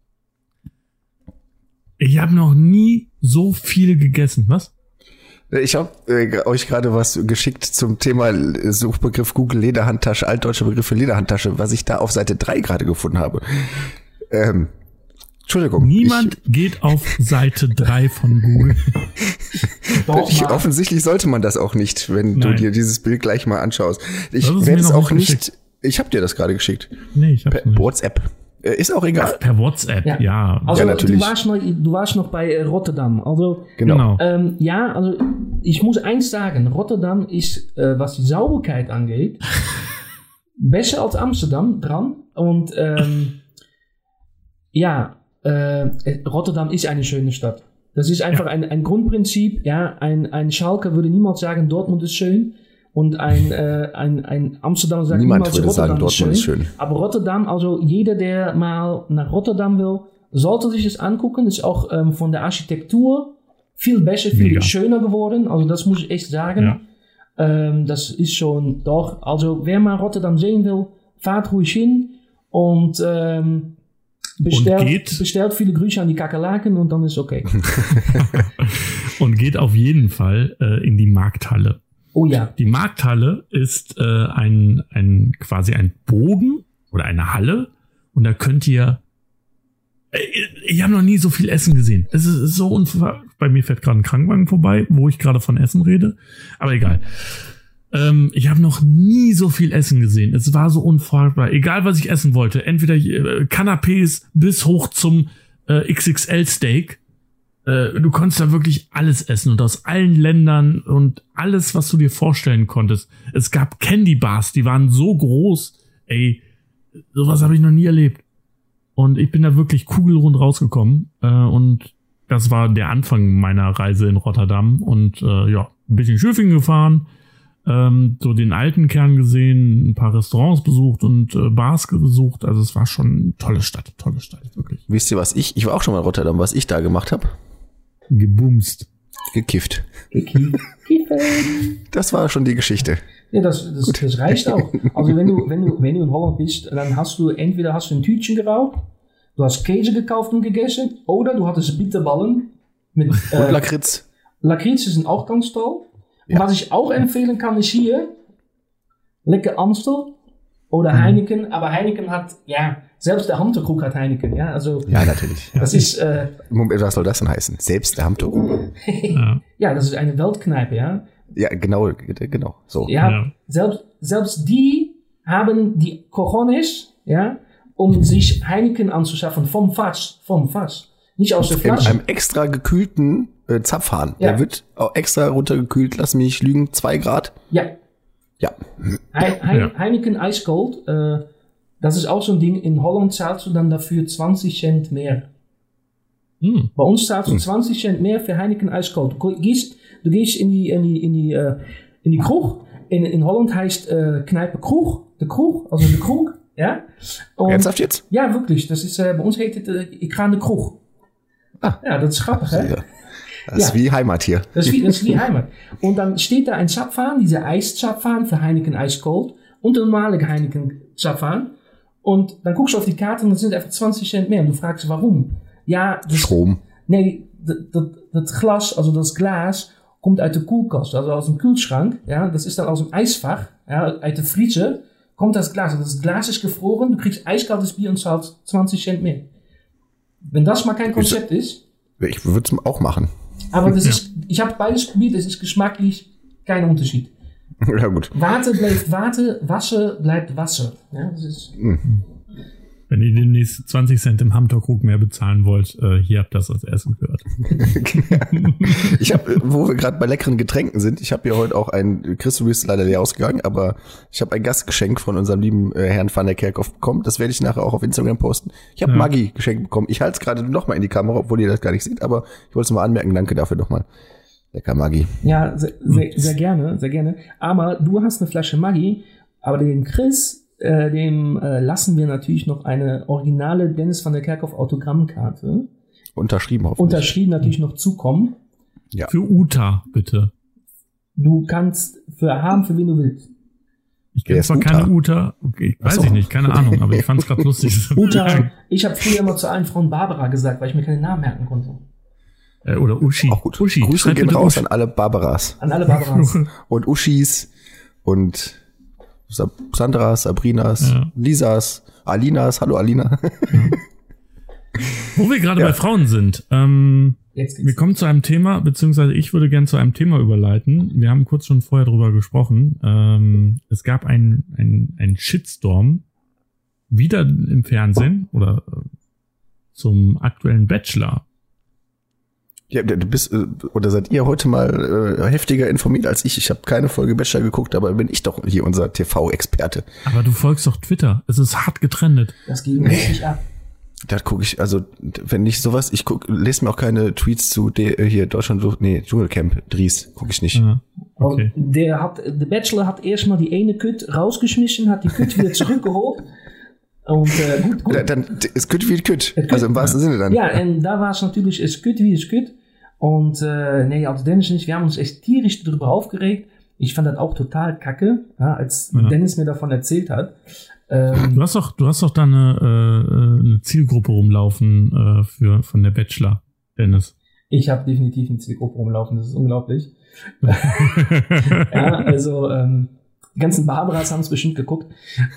Ich habe noch nie so viel gegessen. Was? Ich habe euch gerade was geschickt zum Thema Suchbegriff Google Lederhandtasche, altdeutscher Begriff für Lederhandtasche, was ich da auf Seite 3 gerade gefunden habe. Entschuldigung. Niemand geht auf Seite 3 von Google. Offensichtlich sollte man das auch nicht, wenn du dir dieses Bild gleich mal anschaust. Ich werde es auch nicht. Ich habe dir das gerade geschickt. Nee, ich habe nicht. WhatsApp. Ist auch egal. Ach, per WhatsApp, ja. Also ja, natürlich. Du warst noch bei Rotterdam. Also, genau. Also ich muss eins sagen. Rotterdam ist, was die Sauberkeit angeht, besser als Amsterdam dran. Und Rotterdam ist eine schöne Stadt. Das ist einfach ein Grundprinzip. Ja, ein Schalker würde niemals sagen, Dortmund ist schön. Und ein Amsterdam sagt niemand würde Rotterdam sagen, Dortmund ist schön. Aber Rotterdam, also jeder, der mal nach Rotterdam will, sollte sich das angucken. Das ist auch von der Architektur viel besser, viel schöner geworden. Also das muss ich echt sagen. Ja. Das ist schon doch. Also wer mal Rotterdam sehen will, fahrt ruhig hin und bestellt viele Grüße an die Kakerlaken und dann ist okay. Und geht auf jeden Fall in die Markthalle. Oh ja. Die Markthalle ist quasi ein Bogen oder eine Halle und da könnt ihr. Ich habe noch nie so viel Essen gesehen. Es ist so unfassbar. Bei mir fährt gerade ein Krankenwagen vorbei, wo ich gerade von Essen rede. Aber egal. Ich habe noch nie so viel Essen gesehen. Es war so unfassbar. Egal, was ich essen wollte. Entweder Canapés bis hoch zum XXL-Steak. Du konntest da wirklich alles essen und aus allen Ländern und alles, was du dir vorstellen konntest. Es gab Candy Bars, die waren so groß. Ey, sowas habe ich noch nie erlebt. Und ich bin da wirklich kugelrund rausgekommen. Und das war der Anfang meiner Reise in Rotterdam. Und ein bisschen Schöfingen gefahren, so den alten Kern gesehen, ein paar Restaurants besucht und Bars besucht. Also es war schon eine tolle Stadt, wirklich. Wisst ihr, was ich war auch schon mal in Rotterdam, was ich da gemacht habe? Gebumst. Gekifft. Das war schon die Geschichte. Ja, das reicht auch. Also wenn du in Holland bist, dann hast du entweder ein Tütchen geraucht, du hast Käse gekauft und gegessen, oder du hattest Bitterballen mit und Lakritz. Lakritz ist auch ganz toll. Ja. Und was ich auch empfehlen kann, ist hier lecker Amstel oder Heineken. Aber Heineken hat, selbst der Hamterkrug hat Heineken. Ja, also, ja, natürlich. Das ist... was soll das denn heißen? Selbst der Hamterkrug? Ja, das ist eine Weltkneipe, ja. Ja, genau. So. Ja. Selbst die haben die Cojones, ja, um sich Heineken anzuschaffen vom Fass. Nicht aus der Flasche. In einem extra gekühlten Zapfhahn. Ja. Der wird auch extra runtergekühlt, lass mich nicht lügen, 2 Grad. Ja. Heineken Ice Cold, das ist auch so ein Ding. In Holland zahlst du dann dafür 20 Cent mehr. Bei uns zahlst du 20 Cent mehr für Heineken Ice Cold. Du gehst in die Kroeg. In Holland heißt Kneipe Kroeg. De Kroeg, also de Kroeg. Ja? Ernsthaft jetzt? Ja, wirklich. Das ist, bei uns heet het ik ga in de Kroeg. Ja, das ist grappig, hè? Das ist wie Heimat hier. Das ist wie Heimat. Und dann steht da ein Zapfhahn, dieser Eiszapfhahn für Heineken Ice Cold und der normale Heineken Zapfhahn. Und dann guckst du auf die Karte und dann sind einfach 20 Cent mehr. Und du fragst, warum? Ja, Strom. Nee, das Glas, also das Glas, kommt uit de koelkast, also aus dem Kühlschrank. Ja, das ist dann aus dem Eisfach, ja, uit de Vriezer, kommt das Glas. Und das Glas ist gefroren, du kriegst eiskaltes Bier und zahlst 20 Cent mehr. Wenn das mal kein Konzept ist. Ich würde es auch machen. Aber das ist, ich habe beides probiert, es ist geschmacklich kein Unterschied. Ja, gut. Warte bleibt Warte, Wasser bleibt Wasser. Ja, das ist. Wenn ihr demnächst 20 Cent im Hamterkrug mehr bezahlen wollt, hier habt ihr das als Essen gehört. Ich habe, wo wir gerade bei leckeren Getränken sind, ich habe ja heute auch Chris, du bist leider leer ausgegangen, aber ich habe ein Gastgeschenk von unserem lieben Herrn van der Kerkhoff bekommen. Das werde ich nachher auch auf Instagram posten. Ich habe Maggi geschenkt bekommen. Ich halte es gerade nochmal in die Kamera, obwohl ihr das gar nicht seht, aber ich wollte es mal anmerken. Danke dafür nochmal. Lecker Maggi. Ja, sehr gerne, sehr gerne. Aber du hast eine Flasche Maggi, aber den Chris, dem lassen wir natürlich noch eine originale Dennis van der Kerkhoff Autogrammkarte. Unterschrieben natürlich noch zukommen. Ja. Für Uta, bitte. Du kannst haben, für wen du willst. Ich kenne zwar keine Uta, okay, weiß ich nicht, keine Ahnung, aber ich fand es gerade lustig. Uta, ich habe früher immer zu allen Frauen Barbara gesagt, weil ich mir keinen Namen merken konnte. Oder Uschi. Auch gut. Uschi. Grüße gehen raus an alle Barbaras. An alle Barbaras. Und Uschis und Sandras, Sabrinas, Lisas, Alinas. Hallo Alina. Wo wir gerade bei Frauen sind. Wir kommen zu einem Thema, beziehungsweise ich würde gerne zu einem Thema überleiten. Wir haben kurz schon vorher drüber gesprochen. Es gab einen Shitstorm wieder im Fernsehen oder zum aktuellen Bachelor. Ja, du bist, oder seid ihr heute mal heftiger informiert als ich? Ich habe keine Folge Bachelor geguckt, aber bin ich doch hier unser TV-Experte. Aber du folgst doch Twitter. Es ist hart getrennt. Das ging richtig ab. Da gucke ich, also wenn ich sowas, lese mir auch keine Tweets zu hier Deutschland, Dschungelcamp, Dries, gucke ich nicht. Ja, okay. Der Bachelor hat erstmal die eine Kütt rausgeschmissen, hat die Kütt wieder zurückgeholt. Und gut. Dann ist Kütt wie Kütt. Also im wahrsten Sinne dann. Ja, en da war es natürlich, ist Kütt wie ist Kütt. Und als Dennis nicht, wir haben uns echt tierisch darüber aufgeregt. Ich fand das auch total kacke, als Dennis mir davon erzählt hat. Du hast doch da eine Zielgruppe rumlaufen von der Bachelor, Dennis. Ich habe definitiv eine Zielgruppe rumlaufen, das ist unglaublich. Die ganzen Barbaras haben es bestimmt geguckt.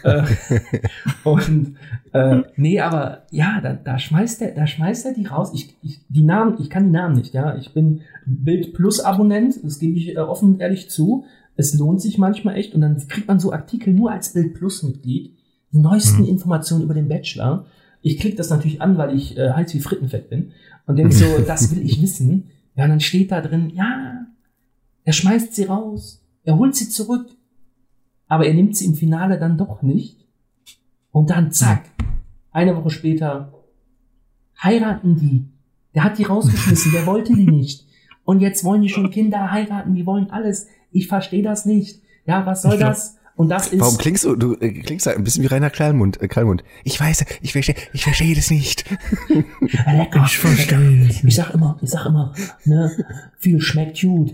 Aber ja, da schmeißt er die raus. Ich kann die Namen nicht, ja. Ich bin Bild Plus Abonnent, das gebe ich offen und ehrlich zu. Es lohnt sich manchmal echt und dann kriegt man so Artikel nur als Bild Plus Mitglied. Die neuesten Informationen über den Bachelor. Ich klicke das natürlich an, weil ich Hals wie Frittenfett bin und denke so, das will ich wissen. Ja, und dann steht da drin, ja, er schmeißt sie raus, er holt sie zurück. Aber er nimmt sie im Finale dann doch nicht. Und dann zack, eine Woche später heiraten die. Der hat die rausgeschmissen, der wollte die nicht. Und jetzt wollen die schon Kinder heiraten, die wollen alles. Ich verstehe das nicht. Ja, was soll das? Und das ist... Warum klingst du klingst ein bisschen wie Rainer Kallmund. Ich weiß, ich verstehe das nicht. Lecker, ich verstehe das nicht. Ich sag immer, ne, viel schmeckt gut.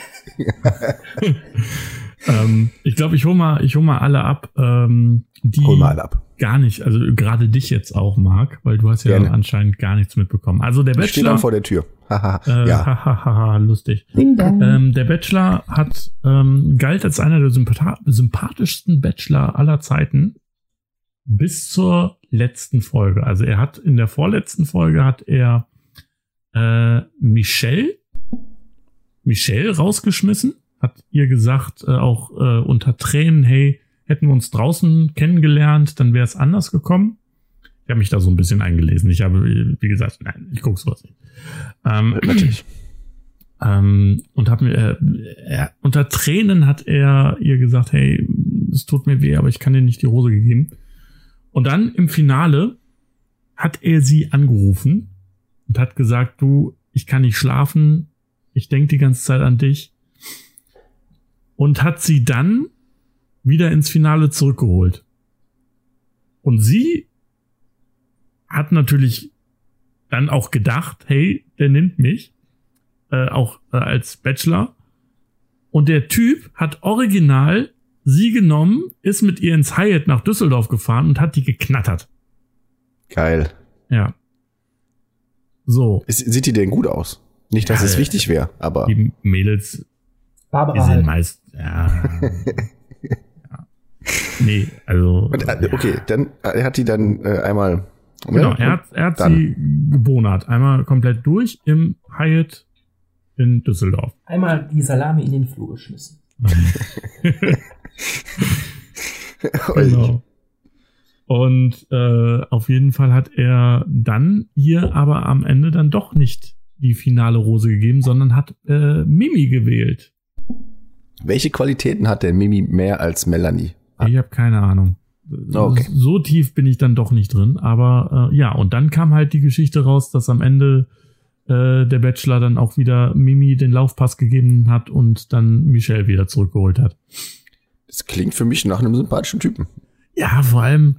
Ich glaube, ich hol mal alle ab, die hol mal alle ab. Gar nicht, also gerade dich jetzt auch, Marc, weil du hast ja anscheinend gar nichts mitbekommen. Also der Bachelor... Ich stehe dann vor der Tür. Ja. Lustig. Der Bachelor galt als einer der sympathischsten Bachelor aller Zeiten bis zur letzten Folge. Also er hat in der vorletzten Folge Michelle rausgeschmissen, hat ihr gesagt, auch unter Tränen, hey, hätten wir uns draußen kennengelernt, dann wäre es anders gekommen. Ich habe mich da so ein bisschen eingelesen. Ich habe, wie gesagt, nein, ich gucke sowas nicht. Natürlich. Und hat mir, unter Tränen hat er ihr gesagt, hey, es tut mir weh, aber ich kann dir nicht die Rose gegeben. Und dann im Finale hat er sie angerufen und hat gesagt, du, ich kann nicht schlafen, ich denke die ganze Zeit an dich. Und hat sie dann wieder ins Finale zurückgeholt. Und sie hat natürlich dann auch gedacht, hey, der nimmt mich, auch als Bachelor. Und der Typ hat original sie genommen, ist mit ihr ins Hyatt nach Düsseldorf gefahren und hat die geknattert. Geil. Ja. So. Sieht die denn gut aus? Nicht, dass es wichtig wäre, aber... Die Mädels, Barbara die sind halt. meist... Ja. Nee, also... Und, okay, dann hat die dann einmal... Genau, er hat sie gebonert. Einmal komplett durch im Hyatt in Düsseldorf. Einmal die Salami in den Flur geschmissen. Genau. Und auf jeden Fall hat er dann ihr aber am Ende dann doch nicht die finale Rose gegeben, sondern hat Mimi gewählt. Welche Qualitäten hat denn Mimi mehr als Melanie? Ich habe keine Ahnung. Okay. So tief bin ich dann doch nicht drin. Aber ja, und dann kam halt die Geschichte raus, dass am Ende der Bachelor dann auch wieder Mimi den Laufpass gegeben hat und dann Michelle wieder zurückgeholt hat. Das klingt für mich nach einem sympathischen Typen. Ja, vor allem,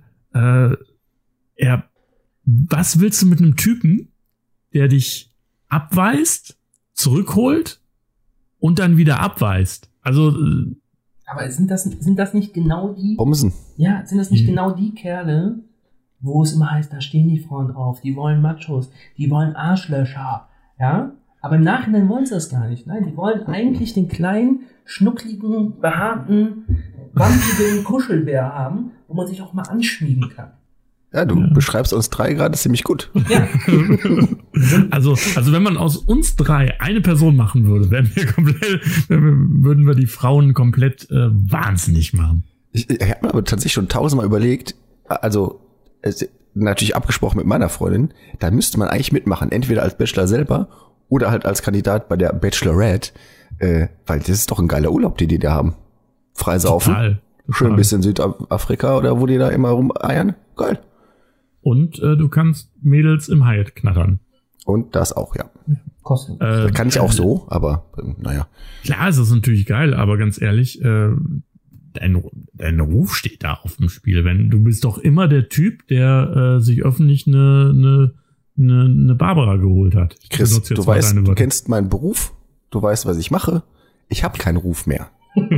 was willst du mit einem Typen, der dich abweist, zurückholt und dann wieder abweist? Also, Aber sind das nicht genau die... Bumsen. Ja, sind das nicht genau die Kerle, wo es immer heißt, da stehen die Frauen drauf, die wollen Machos, die wollen Arschlöcher, ja? Aber im Nachhinein wollen sie das gar nicht. Nein, die wollen eigentlich den kleinen, schnuckligen, behaarten, wampigen Kuschelbär haben, wo man sich auch mal anschmiegen kann. Ja, du beschreibst uns 3 gerade ziemlich gut. Ja. Also wenn man aus uns 3 eine Person machen würde, würden wir die Frauen komplett wahnsinnig machen. Ich habe mir aber tatsächlich schon 1000-mal überlegt, also natürlich abgesprochen mit meiner Freundin, da müsste man eigentlich mitmachen, entweder als Bachelor selber oder halt als Kandidat bei der Bachelorette, weil das ist doch ein geiler Urlaub, die da haben. Freisaufen, Total. Schön ein bisschen Südafrika oder wo die da immer rumeiern, geil. Und du kannst Mädels im Hyatt knattern. Und das auch, ja. Kosten. Kann ich auch so, aber naja. Klar, es ist natürlich geil, aber ganz ehrlich, dein Ruf steht da auf dem Spiel. Du bist doch immer der Typ, der sich öffentlich eine Barbara geholt hat. Chris, du kennst meinen Beruf, du weißt, was ich mache. Ich habe keinen Ruf mehr.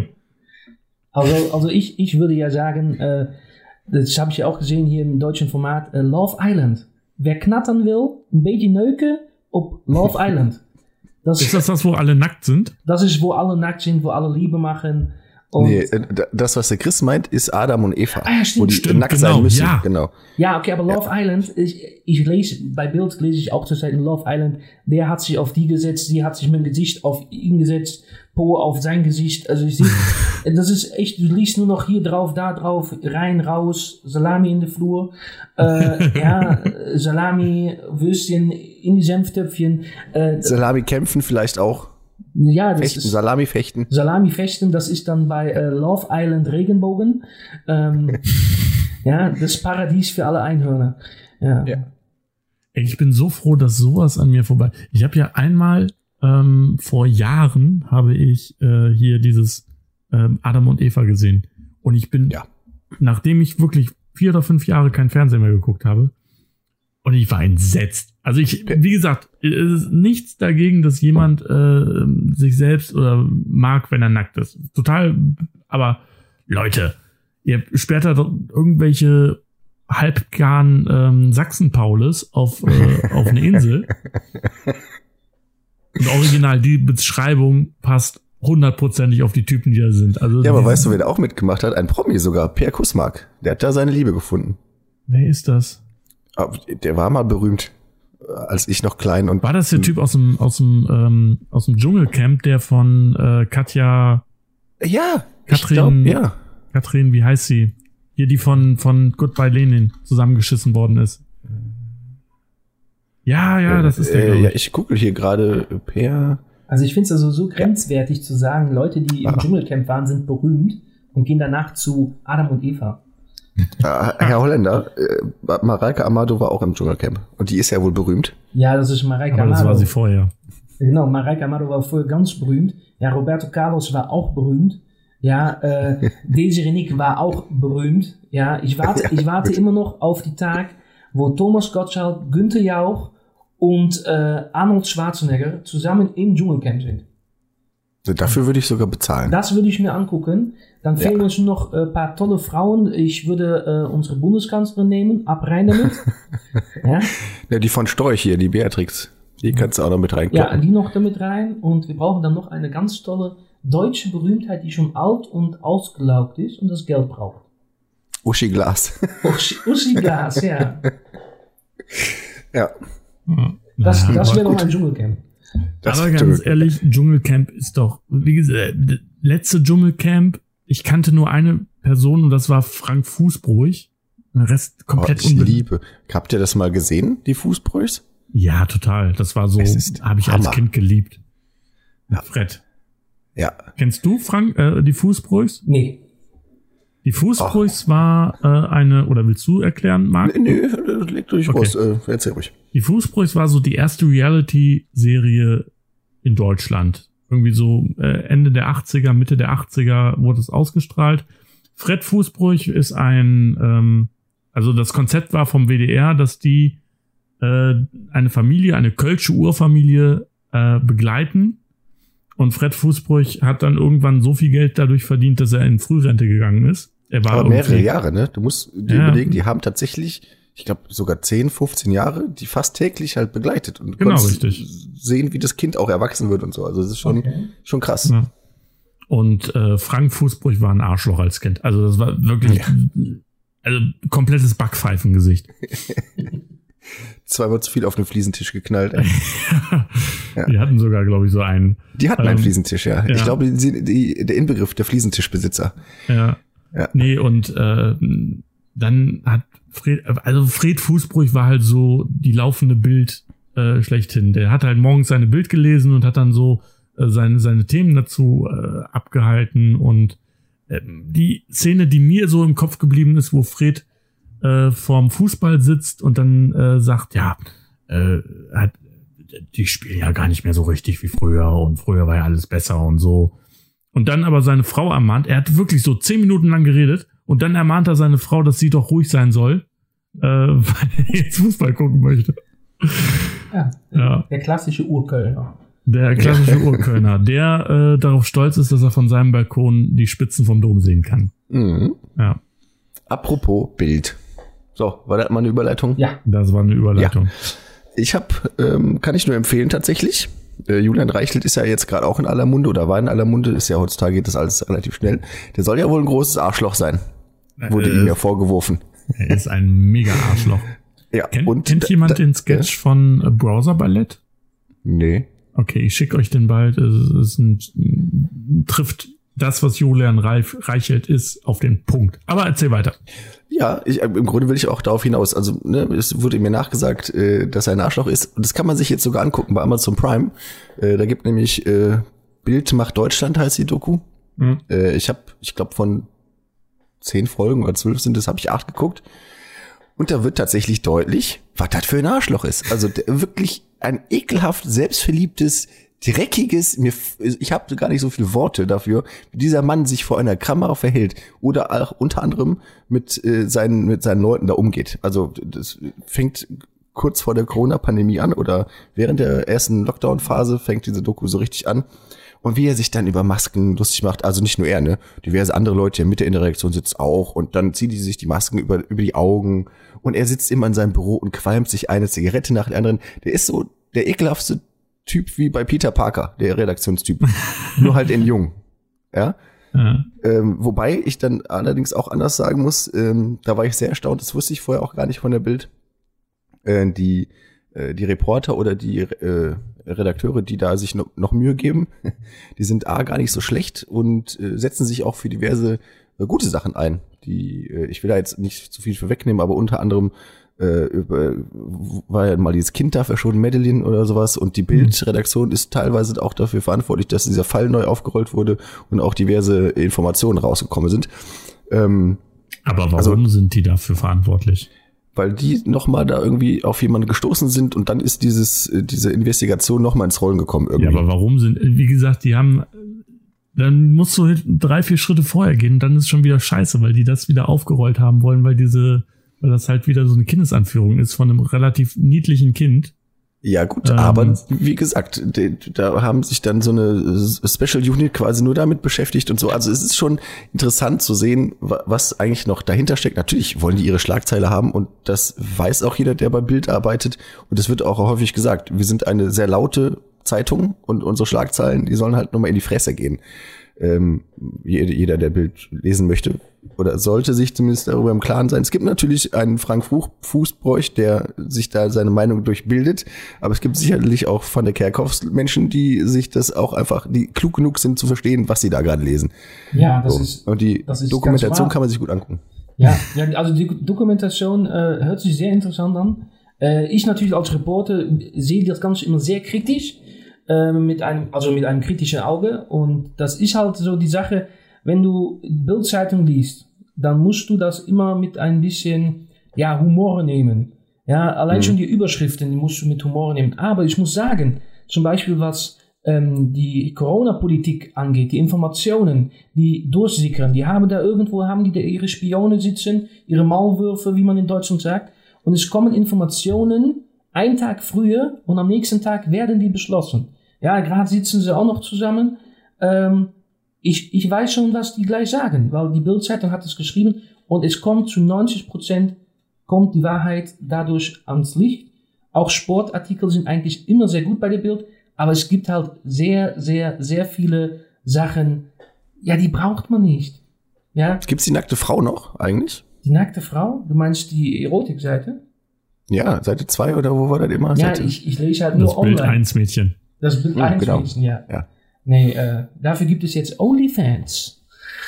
Also ich würde ja sagen, das habe ich ja auch gesehen hier im deutschen Format, Love Island. Wer knattern will, ein beetje neuken op Love Island. Ist das, wo alle nackt sind? Das ist, wo alle nackt sind, wo alle Liebe machen. Und nee, das, was der Chris meint, ist Adam und Eva. Ah, ja, stimmt. Wo die nackt sein müssen. Ja. Genau. Ja, okay, aber Love Island, ich lese, bei Bild lese ich auch zurzeit in Love Island, der hat sich auf die gesetzt, die hat sich mit dem Gesicht auf ihn gesetzt, Po auf sein Gesicht. Also ich sehe, das ist echt, du liest nur noch hier drauf, da drauf, rein, raus, Salami in der Flur, ja, Salami, Würstchen in die Senftöpfchen. Salami kämpfen vielleicht auch. Ja, das Fechten, ist Salami-Fechten. Salami-Fechten, das ist dann bei Love Island Regenbogen. Ja, das Paradies für alle Einhörner. Ja. Ich bin so froh, dass sowas an mir vorbei. Ich habe ja einmal vor Jahren habe ich hier dieses Adam und Eva gesehen. Und ich bin, nachdem ich wirklich 4 oder 5 Jahre kein Fernsehen mehr geguckt habe, und ich war entsetzt. Also wie gesagt, es ist nichts dagegen, dass jemand sich selbst oder mag, wenn er nackt ist. Total, aber Leute, ihr sperrt da doch irgendwelche halbgaren Sachsen-Paules auf eine Insel. Und original, die Beschreibung passt 100%ig auf die Typen, die da sind. Also ja, aber weißt du, wer da auch mitgemacht hat? Ein Promi sogar, Per Kussmark. Der hat da seine Liebe gefunden. Wer ist das? Der war mal berühmt, als ich noch klein und... War das der Typ aus dem Dschungelcamp, der von Katja... Ja, Katrin Katrin, wie heißt sie? Hier, die von Goodbye Lenin zusammengeschissen worden ist. Ja, das ist der. Ja, ich gucke hier gerade per. Also ich finde es also so grenzwertig zu sagen, Leute, die im Dschungelcamp waren, sind berühmt und gehen danach zu Adam und Eva. Herr Holländer, Mareike Amado war auch im Dschungelcamp. Und die ist ja wohl berühmt. Ja, das ist Mareike Amado. Das war sie vorher. Genau, Mareike Amado war vorher ganz berühmt. Ja, Roberto Carlos war auch berühmt. Ja, Desiree Nick war auch berühmt. Ja, ich warte immer noch auf die Tag, wo Thomas Gottschalk, Günther Jauch und Arnold Schwarzenegger zusammen im Dschungelcamp sind. Dafür würde ich sogar bezahlen. Das würde ich mir angucken. Dann fehlen uns noch ein paar tolle Frauen. Ich würde unsere Bundeskanzlerin nehmen, ab rein damit. Ja, die von Storch hier, die Beatrix. Die kannst du auch noch mit reinkloppen. Ja, die noch damit rein. Und wir brauchen dann noch eine ganz tolle deutsche Berühmtheit, die schon alt und ausgelaugt ist und das Geld braucht. Uschi Glas. Uschi Glas, ja. Ja. Das wäre doch ein Dschungelcamp. Aber ganz ehrlich, Dschungelcamp ist doch, wie gesagt, letzte Dschungelcamp, ich kannte nur eine Person und das war Frank Fußbräuch. Der Rest komplett Liebe. Habt ihr das mal gesehen, die Fußbräuchs? Ja, total. Das war so, habe ich als Kind geliebt. Ja. Fred. Ja. Kennst du, Frank, die Fußbräuchs? Nee. Die Fußbräuchs war eine, oder willst du erklären, Marc? Nee, leg durch raus, erzähl ruhig. Die Fußbräuchs war so die erste Reality-Serie in Deutschland. Irgendwie so Ende der 80er, Mitte der 80er wurde es ausgestrahlt. Fred Fußbräuch ist also das Konzept war vom WDR, dass die eine Familie, eine kölsche Urfamilie begleiten. Und Fred Fußbräuch hat dann irgendwann so viel Geld dadurch verdient, dass er in Frührente gegangen ist. Er war aber mehrere Jahre, ne? Du musst dir überlegen, die haben tatsächlich, ich glaube sogar 10, 15 Jahre, die fast täglich halt begleitet. Und genau, richtig. Sehen, wie das Kind auch erwachsen wird und so. Also das ist schon krass. Ja. Und Frank Fußbräuch war ein Arschloch als Kind. Also das war wirklich also komplettes Backpfeifengesicht. Zweimal zu viel auf den Fliesentisch geknallt. Ja. Die hatten sogar, glaube ich, so einen. Die hatten einen Fliesentisch, ja. Ich glaube, der Inbegriff der Fliesentischbesitzer. Ja. Nee, und dann hat Fred Fußbräuch war halt so die laufende Bild schlechthin. Der hat halt morgens seine Bild gelesen und hat dann so seine Themen dazu abgehalten. Und die Szene, die mir so im Kopf geblieben ist, wo Fred vorm Fußball sitzt und dann sagt, die spielen ja gar nicht mehr so richtig wie früher und früher war ja alles besser und so. Und dann aber seine Frau ermahnt, er hat wirklich so 10 Minuten lang geredet und dann ermahnt er seine Frau, dass sie doch ruhig sein soll, weil er jetzt Fußball gucken möchte. Ja. Der klassische Urkölner. Der klassische Urkölner, der darauf stolz ist, dass er von seinem Balkon die Spitzen vom Dom sehen kann. Mhm. Ja. Apropos Bild. So, war das mal eine Überleitung? Ja. Das war eine Überleitung. Ja. Ich kann ich nur empfehlen tatsächlich. Julian Reichelt ist ja jetzt gerade auch in aller Munde oder war in aller Munde, ist ja heutzutage geht das alles relativ schnell. Der soll ja wohl ein großes Arschloch sein. Wurde ihm ja vorgeworfen. Er ist ein mega Arschloch. Ja. Kennt jemand den Sketch von Browser Ballett? Nee. Okay, ich schicke euch den bald. Es trifft das, was Julian Reichelt ist, auf den Punkt. Aber erzähl weiter. Ja, im Grunde will ich auch darauf hinaus. Also, es wurde mir nachgesagt, dass er ein Arschloch ist. Und das kann man sich jetzt sogar angucken bei Amazon Prime. Da gibt nämlich Bild macht Deutschland, heißt die Doku. Mhm. Ich glaube von 10 Folgen oder 12 sind es, habe ich 8 geguckt. Und da wird tatsächlich deutlich, was das für ein Arschloch ist. Also wirklich ein ekelhaft selbstverliebtes, dreckiges, ich habe gar nicht so viele Worte dafür, wie dieser Mann sich vor einer Kamera verhält oder auch unter anderem mit seinen Leuten da umgeht. Also das fängt kurz vor der Corona-Pandemie an oder während der ersten Lockdown-Phase fängt diese Doku so richtig an. Und wie er sich dann über Masken lustig macht, also nicht nur er, ne, diverse andere Leute mit in der Redaktion sitzen auch und dann ziehen die sich die Masken über die Augen und er sitzt immer in seinem Büro und qualmt sich eine Zigarette nach der anderen. Der ist so der ekelhaftste Typ wie bei Peter Parker, der Redaktionstyp. Nur halt in jung. Ja. Wobei ich dann allerdings auch anders sagen muss, da war ich sehr erstaunt, das wusste ich vorher auch gar nicht von der Bild. Die Reporter oder die Redakteure, die da sich noch Mühe geben, die sind gar nicht so schlecht und setzen sich auch für diverse gute Sachen ein. Ich will da jetzt nicht zu viel vorwegnehmen, aber unter anderem war ja mal dieses Kind da verschwunden, Madeline oder sowas, und die Bildredaktion ist teilweise auch dafür verantwortlich, dass dieser Fall neu aufgerollt wurde und auch diverse Informationen rausgekommen sind. Aber warum sind die dafür verantwortlich? Weil die nochmal da irgendwie auf jemanden gestoßen sind und dann ist diese Investigation nochmal ins Rollen gekommen irgendwie. Ja, aber warum wie gesagt, dann musst du 3-4 Schritte vorher gehen und dann ist schon wieder scheiße, weil die das wieder aufgerollt haben wollen, weil das halt wieder so eine Kindesanführung ist von einem relativ niedlichen Kind. Ja gut, aber wie gesagt, da haben sich dann so eine Special Unit quasi nur damit beschäftigt und so. Also es ist schon interessant zu sehen, was eigentlich noch dahinter steckt. Natürlich wollen die ihre Schlagzeile haben und das weiß auch jeder, der bei Bild arbeitet. Und es wird auch häufig gesagt, wir sind eine sehr laute Zeitung und unsere Schlagzeilen, die sollen halt nur mal in die Fresse gehen. Jeder, der Bild lesen möchte oder sollte sich zumindest darüber im Klaren sein. Es gibt natürlich einen Frank Fußbräuch, der sich da seine Meinung durchbildet, aber es gibt sicherlich auch von der Kerkhoffs Menschen, die sich das auch einfach, die klug genug sind zu verstehen, was sie da gerade lesen. Ja, und die Dokumentation kann man sich gut angucken. Ja, also die Dokumentation hört sich sehr interessant an. Ich natürlich als Reporter sehe das Ganze immer sehr kritisch. Mit einem kritischen Auge, und das ist halt so die Sache, wenn du Bild-Zeitung liest, dann musst du das immer mit ein bisschen Humor nehmen. Ja, allein schon die Überschriften, die musst du mit Humor nehmen. Aber ich muss sagen, zum Beispiel was die Corona-Politik angeht, die Informationen, die durchsickern, die haben da ihre Spione sitzen, ihre Maulwürfe, wie man in Deutschland sagt, und es kommen Informationen einen Tag früher und am nächsten Tag werden die beschlossen. Ja, gerade sitzen sie auch noch zusammen. Ich weiß schon, was die gleich sagen, weil die Bild-Zeitung hat es geschrieben und es kommt zu 90% kommt die Wahrheit dadurch ans Licht. Auch Sportartikel sind eigentlich immer sehr gut bei der Bild, aber es gibt halt sehr, sehr, sehr viele Sachen, die braucht man nicht. Ja? Gibt's die nackte Frau noch eigentlich? Die nackte Frau? Du meinst die Erotikseite? Ja, Seite 2 oder wo war das immer? Ja, ich lese halt nur online. Das Bild 1 Mädchen. Das Bild 1 genau. Mädchen, ja. Nee, dafür gibt es jetzt OnlyFans.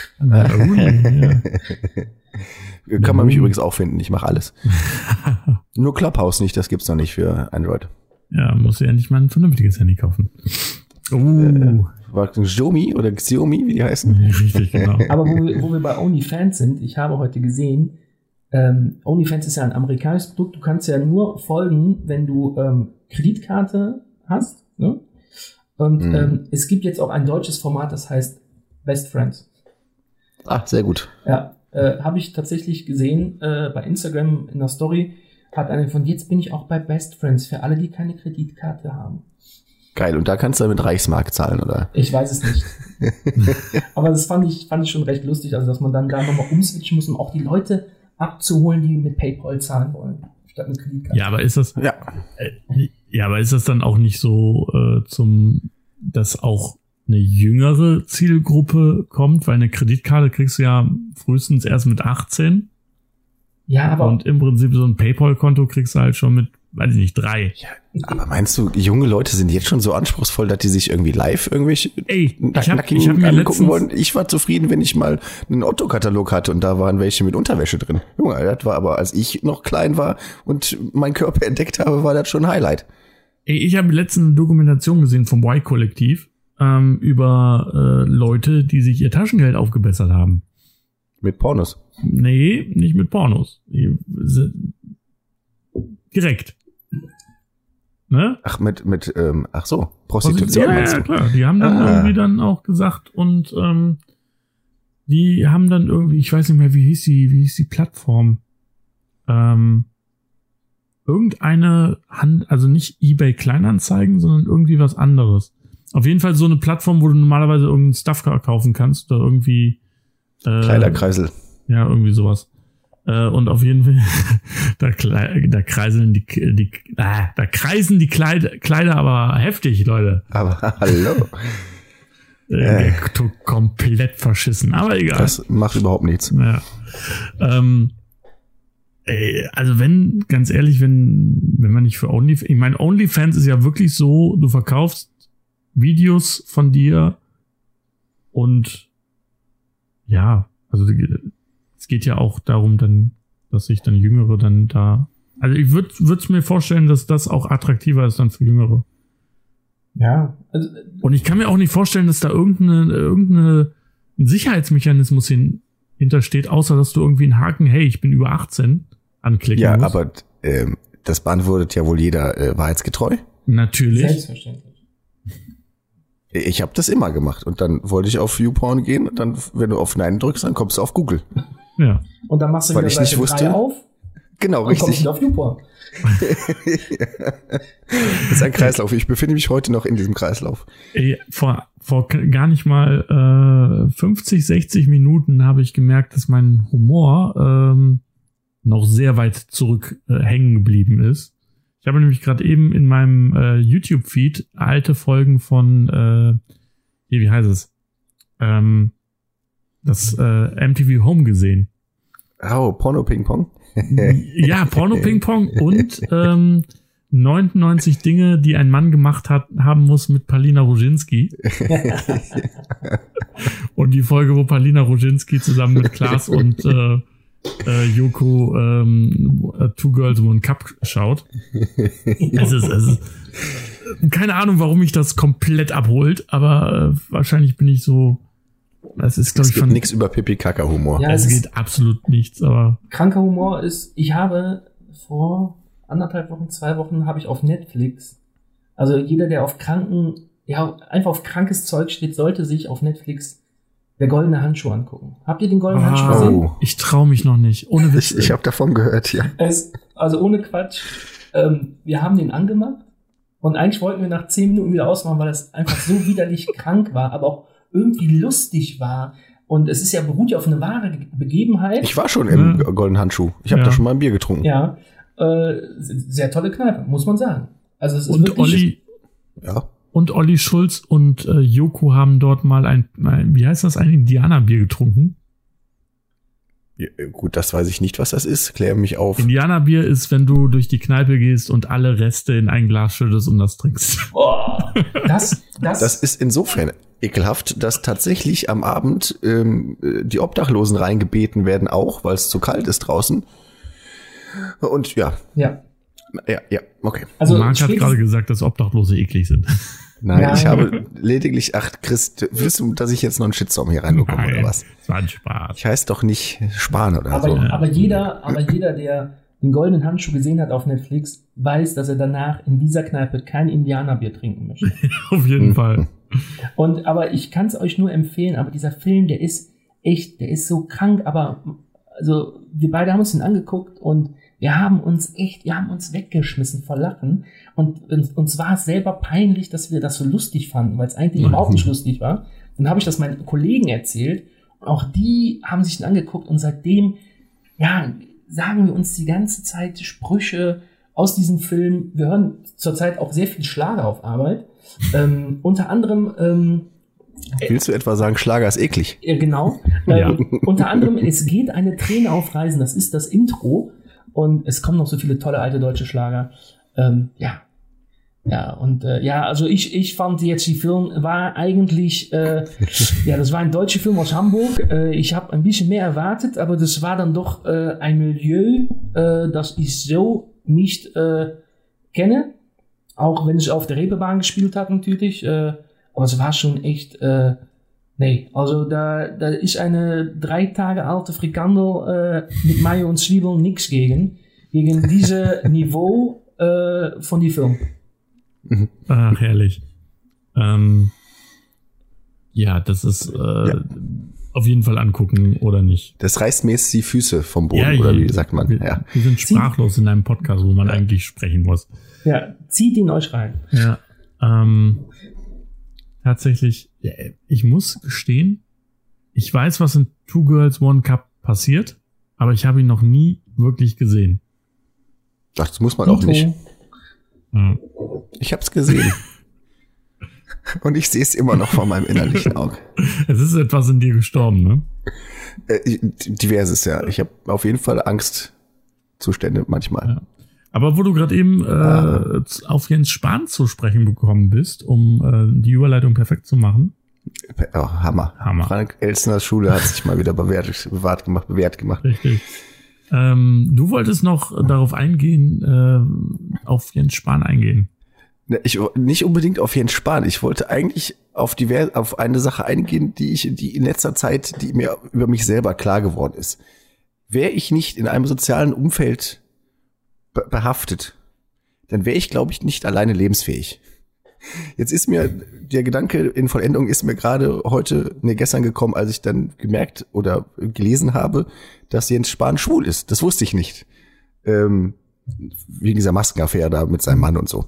Kann man mich übrigens auch finden, ich mache alles. Nur Clubhouse nicht, das gibt's noch nicht für Android. Ja, muss ja endlich mal ein vernünftiges Handy kaufen. War Xiaomi oder Xiaomi, wie die heißen? Richtig, genau. Aber wo wir bei OnlyFans sind, ich habe heute gesehen, OnlyFans ist ja ein amerikanisches Produkt, du kannst ja nur folgen, wenn du Kreditkarte hast, ne? Und es gibt jetzt auch ein deutsches Format, das heißt Best Friends. Ah, sehr gut. Ja, habe ich tatsächlich gesehen, bei Instagram in der Story hat einer von, jetzt bin ich auch bei Best Friends, für alle, die keine Kreditkarte haben. Geil, und da kannst du mit Reichsmark zahlen, oder? Ich weiß es nicht. Aber das fand ich schon recht lustig, also dass man dann da nochmal umswitchen muss, um auch die Leute abzuholen, die mit PayPal zahlen wollen, statt mit Kreditkarte. Ja, aber ist das dann auch nicht so, dass auch eine jüngere Zielgruppe kommt, weil eine Kreditkarte kriegst du ja frühestens erst mit 18. Ja, aber. Und im Prinzip so ein PayPal-Konto kriegst du halt schon mit, weiß ich nicht, 3. Ja, aber meinst du, junge Leute sind jetzt schon so anspruchsvoll, dass die sich irgendwie live irgendwelche Nackigen angucken wollen? Ich war zufrieden, wenn ich mal einen Otto-Katalog hatte und da waren welche mit Unterwäsche drin. Junge, das war aber, als ich noch klein war und meinen Körper entdeckt habe, war das schon ein Highlight. Ich habe letztens eine Dokumentation gesehen vom Y-Kollektiv über Leute, die sich ihr Taschengeld aufgebessert haben. Mit Pornos? Nee, nicht mit Pornos. Direkt. Ne? Ach, Prostitution. Ja, klar. Die haben dann irgendwie dann auch gesagt und die haben dann irgendwie, ich weiß nicht mehr, wie hieß die Plattform? Irgendeine also nicht eBay Kleinanzeigen, sondern irgendwie was anderes. Auf jeden Fall so eine Plattform, wo du normalerweise irgendeinen Stuff kaufen kannst oder irgendwie Kleiderkreisel. Ja, irgendwie sowas. Und auf jeden Fall, da kreisen die Kleider aber heftig, Leute. Aber hallo. Komplett verschissen, aber egal. Das macht überhaupt nichts. Ja. Also ganz ehrlich, wenn man nicht für OnlyFans, ich meine, OnlyFans ist ja wirklich so, du verkaufst Videos von dir und ja, Also es geht ja auch darum dann, dass sich dann Jüngere dann da, also ich würde es mir vorstellen, dass das auch attraktiver ist dann für Jüngere. Ja. Also, und ich kann mir auch nicht vorstellen, dass da irgendein Sicherheitsmechanismus hintersteht, außer dass du irgendwie einen Haken, hey, ich bin über 18, anklicken musst. Ja, aber das beantwortet ja wohl jeder wahrheitsgetreu. Natürlich. Selbstverständlich. Ich habe das immer gemacht und dann wollte ich auf YouPorn gehen und dann, wenn du auf Nein drückst, dann kommst du auf Google. Ja. Und dann machst du Weil wieder ich nicht Seite 3 wusste. auf Genau, und richtig. kommst wieder auf YouPorn. Das ist ein Kreislauf. Ich befinde mich heute noch in diesem Kreislauf. Ey, vor gar nicht mal 50, 60 Minuten habe ich gemerkt, dass mein Humor noch sehr weit zurück hängen geblieben ist. Ich habe nämlich gerade eben in meinem YouTube-Feed alte Folgen von, wie heißt es? Das MTV Home gesehen. Oh, Porno-Ping-Pong? Ja, Porno-Ping-Pong und 99 Dinge, die ein Mann gemacht haben muss mit Palina Roginski. Und die Folge, wo Palina Roginski zusammen mit Klaas und Joko Two Girls One Cup schaut. Es ist keine Ahnung, warum mich das komplett abholt, aber wahrscheinlich bin ich so. Das ist, glaube ich, von nichts über Pipi-Kaka-Humor. Ja, es geht absolut nichts, aber. Kranker Humor ist, ich habe vor 1,5 Wochen, 2 Wochen habe ich auf Netflix, also jeder, der auf einfach auf krankes Zeug steht, sollte sich auf Netflix Der goldene Handschuh angucken. Habt ihr den goldenen Handschuh gesehen? Ich traue mich noch nicht. Ohne Witz. Ich habe davon gehört, ja. Also ohne Quatsch. Wir haben den angemacht und eigentlich wollten wir nach 10 Minuten wieder ausmachen, weil das einfach so widerlich krank war, aber auch irgendwie lustig war. Und es ist ja beruht ja auf eine wahre Begebenheit. Ich war schon im goldenen Handschuh. Ich habe da schon mal ein Bier getrunken. Ja. Sehr tolle Kneipe, muss man sagen. Also es ist und wirklich. Olli Schulz und Joko haben dort mal ein wie heißt das, ein Indianerbier getrunken. Ja, gut, das weiß ich nicht, was das ist. Klär mich auf. Indianerbier ist, wenn du durch die Kneipe gehst und alle Reste in ein Glas schüttest und das trinkst. Boah, das ist insofern ekelhaft, dass tatsächlich am Abend die Obdachlosen reingebeten werden auch, weil es zu kalt ist draußen. Und ja. Ja, okay. Also Marc hat gerade gesagt, dass Obdachlose eklig sind. Nein, ich habe lediglich, Chris, willst du, dass ich jetzt noch einen Shitstorm hier reinbekomme oder was? Das war ein Spaß. Ich heiße doch nicht Spahn oder aber, so. Aber jeder, der den goldenen Handschuh gesehen hat auf Netflix, weiß, dass er danach in dieser Kneipe kein Indianerbier trinken möchte. Auf jeden Fall. Aber ich kann es euch nur empfehlen, aber dieser Film, der ist so krank, aber also wir beide haben uns den angeguckt und wir haben uns weggeschmissen vor Lachen und uns war es selber peinlich, dass wir das so lustig fanden, weil es eigentlich überhaupt nicht lustig war. Dann habe ich das meinen Kollegen erzählt und auch die haben sich den angeguckt und seitdem, sagen wir uns die ganze Zeit Sprüche aus diesem Film. Wir hören zurzeit auch sehr viel Schlager auf Arbeit. Unter anderem willst du etwa sagen, Schlager ist eklig? Genau. Unter anderem, es geht eine Träne auf Reisen, das ist das Intro. Und es kommen noch so viele tolle alte deutsche Schlager. Also ich fand jetzt, die Film war eigentlich, das war ein deutscher Film aus Hamburg. Ich habe ein bisschen mehr erwartet, aber das war dann doch ein Milieu, das ich so nicht kenne. Auch wenn es auf der Reeperbahn gespielt hat natürlich. Aber es war schon echt, also da ist eine 3 Tage alte Frikandel mit Mayo und Zwiebeln nichts gegen diese Niveau von die Film. Ach, herrlich. Das ist auf jeden Fall angucken oder nicht. Das reißt mir jetzt die Füße vom Boden, oder wie sagt man? Wir sind sprachlos in einem Podcast, wo man eigentlich sprechen muss. Ja, zieht ihn euch rein. Ja, tatsächlich, ich muss gestehen, ich weiß, was in Two Girls One Cup passiert, aber ich habe ihn noch nie wirklich gesehen. Das muss man auch nicht. Ja. Ich habe es gesehen. Und ich sehe es immer noch vor meinem innerlichen Auge. Es ist etwas in dir gestorben, ne? Diverses, ja. Ich habe auf jeden Fall Angstzustände manchmal. Ja. Aber wo du gerade eben auf Jens Spahn zu sprechen bekommen bist, um die Überleitung perfekt zu machen. Oh, Hammer. Frank Elsners Schule hat sich mal wieder bewährt gemacht. Richtig. Du wolltest noch darauf eingehen, auf Jens Spahn eingehen. Nicht unbedingt auf Jens Spahn. Ich wollte eigentlich auf eine Sache eingehen, die in letzter Zeit, die mir über mich selber klar geworden ist. Wäre ich nicht in einem sozialen Umfeld behaftet, dann wäre ich, glaube ich, nicht alleine lebensfähig. Jetzt ist mir der Gedanke in Vollendung ist mir gestern gekommen, als ich dann gemerkt oder gelesen habe, dass Jens Spahn schwul ist. Das wusste ich nicht. Wegen dieser Maskenaffäre da mit seinem Mann und so.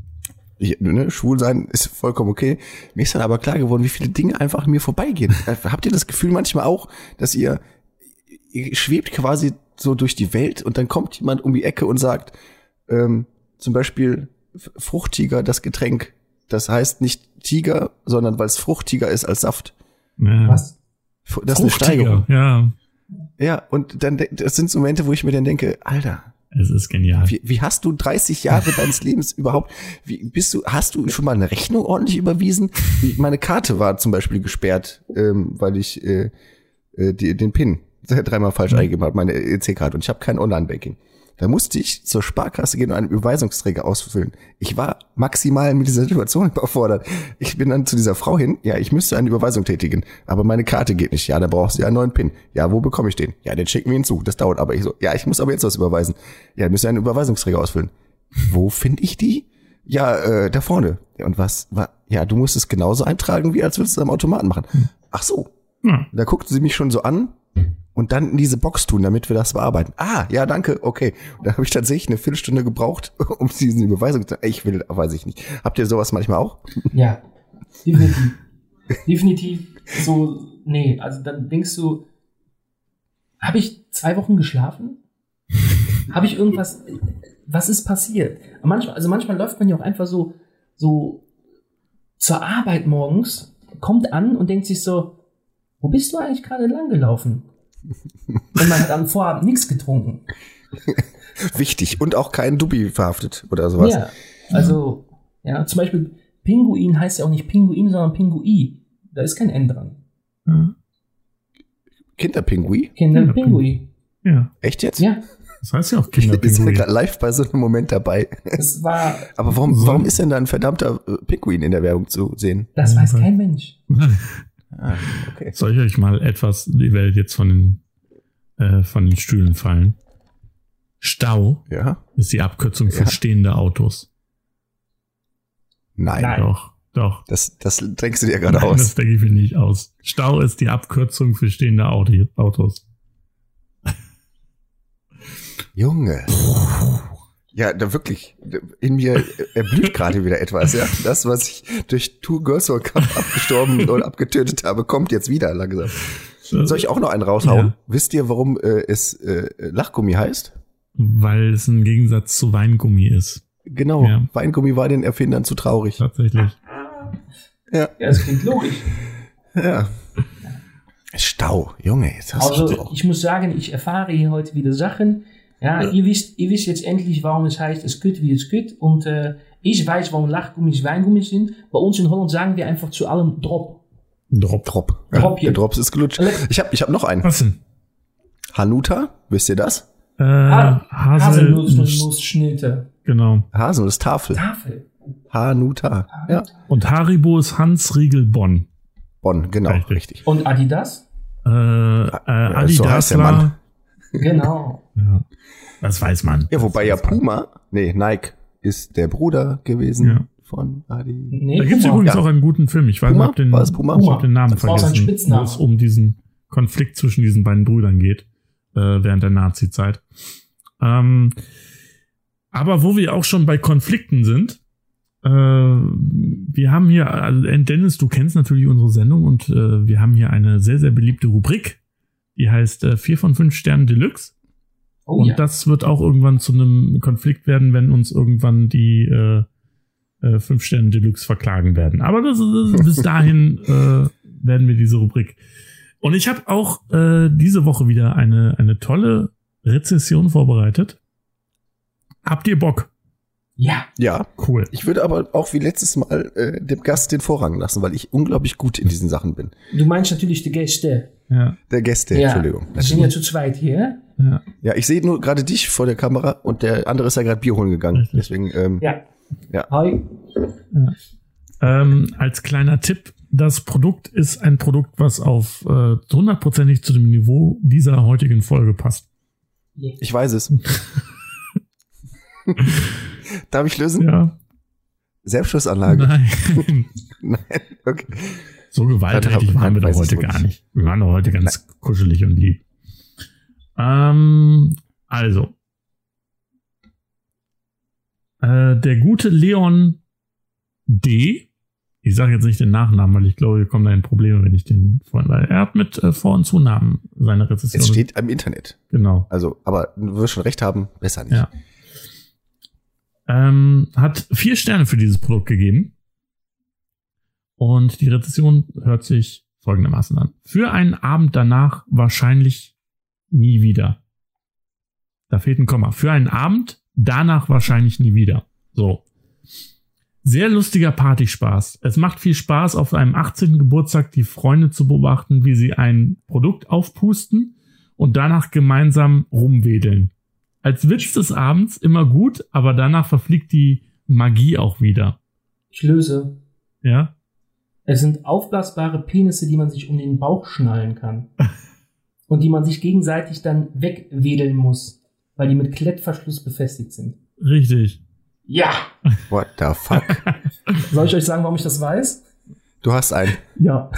Schwul sein ist vollkommen okay. Mir ist dann aber klar geworden, wie viele Dinge einfach an mir vorbeigehen. Habt ihr das Gefühl manchmal auch, dass ihr schwebt quasi so durch die Welt und dann kommt jemand um die Ecke und sagt, zum Beispiel Fruchttiger, das Getränk, das heißt nicht Tiger, sondern weil es fruchtiger ist als Saft. Ja. Was? Das ist eine Steigerung. Ja. Ja, und dann, das sind so Momente, wo ich mir dann denke, Alter, es ist genial. Wie hast du 30 Jahre deines Lebens überhaupt, hast du schon mal eine Rechnung ordentlich überwiesen? Meine Karte war zum Beispiel gesperrt, weil ich den PIN dreimal falsch eingegeben habe, meine EC-Karte, und ich habe kein Online-Banking. Da musste ich zur Sparkasse gehen und einen Überweisungsträger ausfüllen. Ich war maximal mit dieser Situation überfordert. Ich bin dann zu dieser Frau hin, ja, ich müsste eine Überweisung tätigen, aber meine Karte geht nicht. Ja, dann brauchst du ja einen neuen PIN. Ja, wo bekomme ich den? Ja, den schicken wir hinzu. Das dauert aber. Ich so, ja, ich muss aber jetzt was überweisen. Ja, dann müsst ihr einen Überweisungsträger ausfüllen. Wo finde ich die? Ja, da vorne. Ja, und was? Ja, du musst es genauso eintragen, wie als würdest du es am Automaten machen. Ach so. Ja. Da guckte sie mich schon so an. Und dann in diese Box tun, damit wir das bearbeiten. Ah, ja, danke, okay. Und da habe ich tatsächlich eine Viertelstunde gebraucht, um diesen Überweisung zu... weiß ich nicht. Habt ihr sowas manchmal auch? Ja, definitiv. Definitiv so, nee, also dann denkst du, habe ich 2 Wochen geschlafen? Habe ich irgendwas, was ist passiert? Manchmal läuft man ja auch einfach so zur Arbeit morgens, kommt an und denkt sich so, wo bist du eigentlich gerade lang gelaufen? Und man hat am Vorabend nichts getrunken. Wichtig. Und auch keinen Dubi verhaftet oder sowas. Ja, also, ja, zum Beispiel Pinguin heißt ja auch nicht Pinguin, sondern Pingui. Da ist kein N dran. Ja. Kinderpingui? Kinderpingui. Ja. Echt jetzt? Ja. Das heißt ja auch Ich bin Kinderpingui. gerade live bei so einem Moment dabei. Das war. Aber warum ist denn da ein verdammter Pinguin in der Werbung zu sehen? Das weiß kein Mensch. Ah, okay. Soll ich euch mal etwas die Welt jetzt von den Stühlen fallen? Stau ist die Abkürzung für stehende Autos. Nein. Doch. Das denkst du dir gerade aus. Das denke ich mir nicht aus. Stau ist die Abkürzung für stehende Autos. Junge. Ja, da wirklich, in mir erblüht gerade wieder etwas, ja. Das, was ich durch Two Girls One Cup abgestorben und abgetötet habe, kommt jetzt wieder langsam. Soll ich auch noch einen raushauen? Ja. Wisst ihr, warum es Lachgummi heißt? Weil es ein Gegensatz zu Weingummi ist. Genau, ja. Weingummi war den Erfindern zu traurig. Tatsächlich. Ja, das klingt logisch. Ja. Stau, Junge, jetzt hast du auch. Ich muss sagen, ich erfahre hier heute wieder Sachen. Ja, ihr wisst jetzt endlich, warum es heißt, es kütt wie es kütt. Und ich weiß, warum Lachgummis Weingummis sind. Bei uns in Holland sagen wir einfach zu allem Drop. Drop. Ja, der Drops ist gelutscht. Ich hab noch einen. Was denn? Hanuta, wisst ihr das? Haselnuss-Schnitte. Genau. Haselnuss-Tafel. Hanuta. Ja. Und Haribo ist Hans Riegel Bonn. Bonn, genau, richtig. Und Adidas? Adidas so heißt der Mann. Genau. Ja, das weiß man. Ja, wobei Nike ist der Bruder gewesen von Adi. Nee, da gibt es übrigens auch einen guten Film. Ich weiß nicht, ob den Namen vergessen, wo es um diesen Konflikt zwischen diesen beiden Brüdern geht, während der Nazi-Zeit. Aber wo wir auch schon bei Konflikten sind, wir haben hier, also Dennis, du kennst natürlich unsere Sendung und wir haben hier eine sehr, sehr beliebte Rubrik, die heißt 4 von 5 Sternen Deluxe. Oh, und das wird auch irgendwann zu einem Konflikt werden, wenn uns irgendwann die 5 Sterne Deluxe verklagen werden. Aber bis dahin werden wir diese Rubrik. Und ich habe auch diese Woche wieder eine tolle Rezession vorbereitet. Habt ihr Bock? Ja, Cool. Ich würde aber auch wie letztes Mal dem Gast den Vorrang lassen, weil ich unglaublich gut in diesen Sachen bin. Du meinst natürlich die Gäste. Ja. Der Gäste, Ja. Entschuldigung. Wir sind ja zu zweit hier. Ja. Ja, ich sehe nur gerade dich vor der Kamera und der andere ist ja gerade Bier holen gegangen. Richtig. Deswegen, Ja. Ja. Hi. Als kleiner Tipp, das Produkt ist ein Produkt, was auf 100%ig zu dem Niveau dieser heutigen Folge passt. ich weiß es. Darf ich lösen? Ja. Selbstschussanlage. Nein. Nein, okay. So gewalttätig waren wir doch weiß es heute wohl gar nicht. nicht. Wir waren doch heute ganz kuschelig und lieb. Also. Der gute Leon D. Ich sage jetzt nicht den Nachnamen, weil ich glaube, wir kommen da in Probleme, wenn ich den vorhin, weil er hat mit Vor- und Zunamen seine Rezession. Es steht im Internet. Genau. Also, aber du wirst schon recht haben, besser nicht. Ja. Hat 4 Sterne für dieses Produkt gegeben. Und die Rezession hört sich folgendermaßen an. Für einen Abend danach wahrscheinlich nie wieder. Da fehlt ein Komma. Für einen Abend danach wahrscheinlich nie wieder. So. Sehr lustiger Partyspaß. Es macht viel Spaß, auf einem 18. Geburtstag die Freunde zu beobachten, wie sie ein Produkt aufpusten und danach gemeinsam rumwedeln. Als Witz des Abends immer gut, aber danach verfliegt die Magie auch wieder. Ich löse. Ja? Es sind aufblasbare Penisse, die man sich um den Bauch schnallen kann. Und die man sich gegenseitig dann wegwedeln muss, weil die mit Klettverschluss befestigt sind. Richtig. Ja! What the fuck? Soll ich euch sagen, warum ich das weiß? Du hast einen. Ja.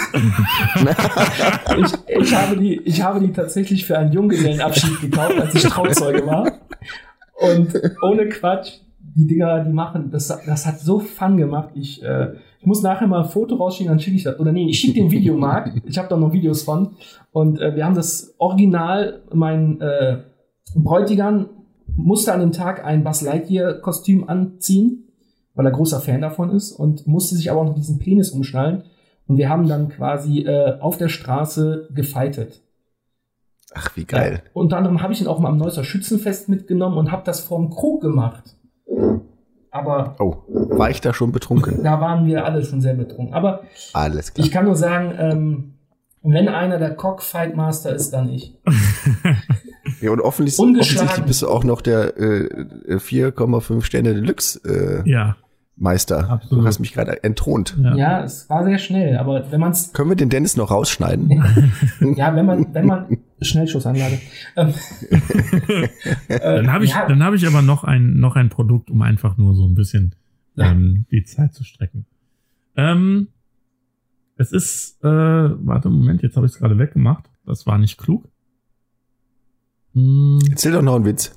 ich habe die tatsächlich für einen Junggesellenabschied gekauft, als ich Trauzeuge war. Und ohne Quatsch, die Dinger, die machen, das hat so Fun gemacht. Ich muss nachher mal ein Foto rausschicken, dann schicke ich das. Oder nee, ich schicke den Videomarkt. Ich habe da noch Videos von. Und wir haben das Original, mein Bräutigam musste an dem Tag ein Buzz Lightyear-Kostüm anziehen, weil er großer Fan davon ist und musste sich aber auch noch diesen Penis umschnallen. Und wir haben dann quasi auf der Straße gefightet. Ach, wie geil. Ja, unter anderem habe ich ihn auch mal am Neusser Schützenfest mitgenommen und habe das vorm Krug gemacht. Aber Oh, war ich da schon betrunken? da waren wir alle schon sehr betrunken. Aber Alles klar. ich kann nur sagen, wenn einer der Cockfight-Master ist, dann ich. Ja, und Ungeschlagen. offensichtlich bist du auch noch der 4,5 Sterne Deluxe Ja. Meister. Absolut. Du hast mich gerade entthront. Ja. Ja, es war sehr schnell. Aber wenn man es, Können wir den Dennis noch rausschneiden? ja, wenn man Schnellschussanlage. Dann habe ich, ja. dann habe ich aber noch ein Produkt, um einfach nur so ein bisschen die Zeit zu strecken. Es ist, warte, Moment, jetzt habe ich es gerade weggemacht. Das war nicht klug. Erzähl doch noch einen Witz.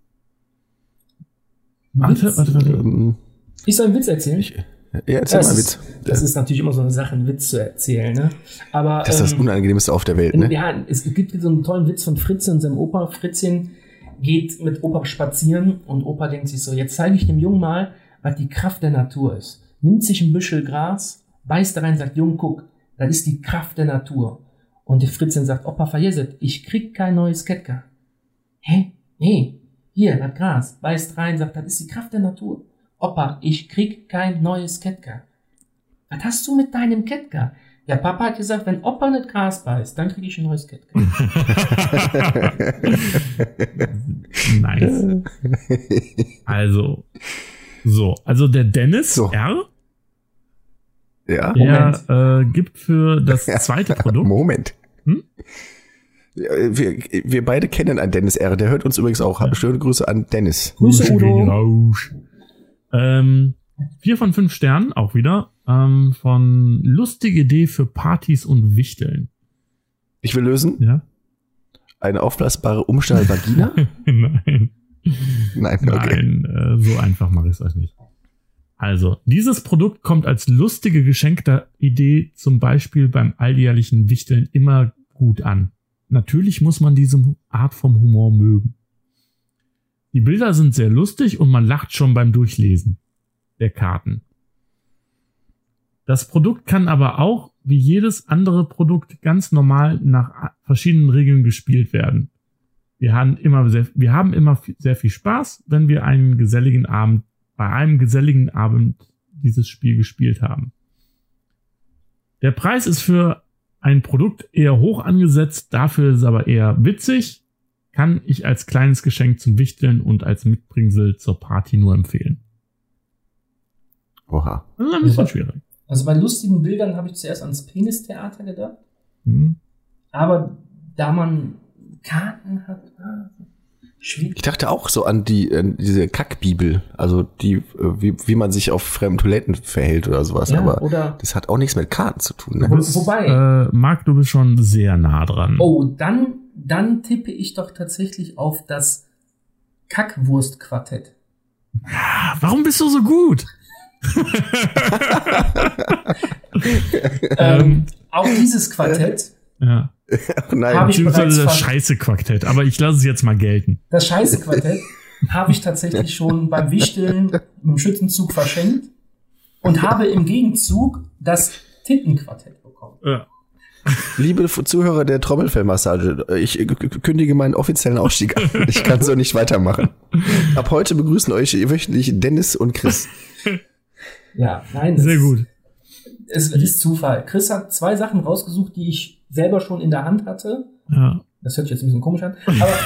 Warte. Ich soll einen Witz erzählen? Ja, erzähl mal einen Witz. Das ist natürlich immer so eine Sache, einen Witz zu erzählen, ne? Aber, Das ist das Unangenehmste auf der Welt, ne? Ja, es gibt so einen tollen Witz von Fritzchen und seinem Opa. Fritzchen geht mit Opa spazieren und Opa denkt sich so, jetzt zeige ich dem Jungen mal, was die Kraft der Natur ist. Nimmt sich ein Büschel Gras, beißt da rein, sagt, Jung, guck, das ist die Kraft der Natur. Und der Fritzchen sagt, Opa, vergesset, ich krieg kein neues Ketka. Hä? Nee, hier, das Gras, beißt rein, sagt, das ist die Kraft der Natur. Opa, ich krieg kein neues Ketka. Was hast du mit deinem Ketka? Ja, Papa hat gesagt, wenn Opa nicht Gras beißt, dann krieg ich ein neues Ketka. Nice. Also der Dennis So. R. Ja? Der gibt für das zweite Produkt. Moment. Hm? Ja, wir beide kennen einen Dennis R. Der hört uns übrigens auch. Schöne Grüße an Dennis. Grüße, Udo. 4 von 5 Sternen, auch wieder. Von lustige Idee für Partys und Wichteln. Ich will lösen. Ja? Eine aufblasbare Umschnall-Vagina? Nein. Nein, okay. Nein, so einfach mache ich es euch nicht. Also, dieses Produkt kommt als lustige Geschenkidee zum Beispiel beim alljährlichen Wichteln immer gut an. Natürlich muss man diese Art vom Humor mögen. Die Bilder sind sehr lustig und man lacht schon beim Durchlesen der Karten. Das Produkt kann aber auch, wie jedes andere Produkt, ganz normal nach verschiedenen Regeln gespielt werden. Wir haben immer sehr viel Spaß, wenn wir einen geselligen Abend bei einem geselligen Abend dieses Spiel gespielt haben. Der Preis ist für ein Produkt eher hoch angesetzt, dafür ist es aber eher witzig, kann ich als kleines Geschenk zum Wichteln und als Mitbringsel zur Party nur empfehlen. Oha. Das ist ein bisschen schwierig. Also bei lustigen Bildern habe ich zuerst ans Penistheater gedacht. Aber da man Karten hat, schwierig. Ich dachte auch so an diese Kackbibel, also die, wie man sich auf fremden Toiletten verhält oder sowas, Ja, aber oder- das hat auch nichts mit Karten zu tun. Ne? Wobei. Marc, du bist schon sehr nah dran. Oh, dann tippe ich doch tatsächlich auf das Kackwurst-Quartett. Warum bist du so gut? Auch dieses Quartett Ja. Ach nein. habe ich bereits Beziehungsweise das Scheiße-Quartett, aber ich lasse es jetzt mal gelten. Das Scheiße-Quartett habe ich tatsächlich schon beim Wichteln im Schützenzug verschenkt und habe im Gegenzug das Tittenquartett bekommen. Ja. Liebe Zuhörer der Trommelfellmassage, ich kündige meinen offiziellen Ausstieg an. Ich kann so nicht weitermachen. Ab heute begrüßen euch wöchentlich Dennis und Chris. Ja, nein. Sehr gut. Es ist Zufall. Chris hat 2 Sachen rausgesucht, die ich selber schon in der Hand hatte. Ja. Das hört sich jetzt ein bisschen komisch an. Aber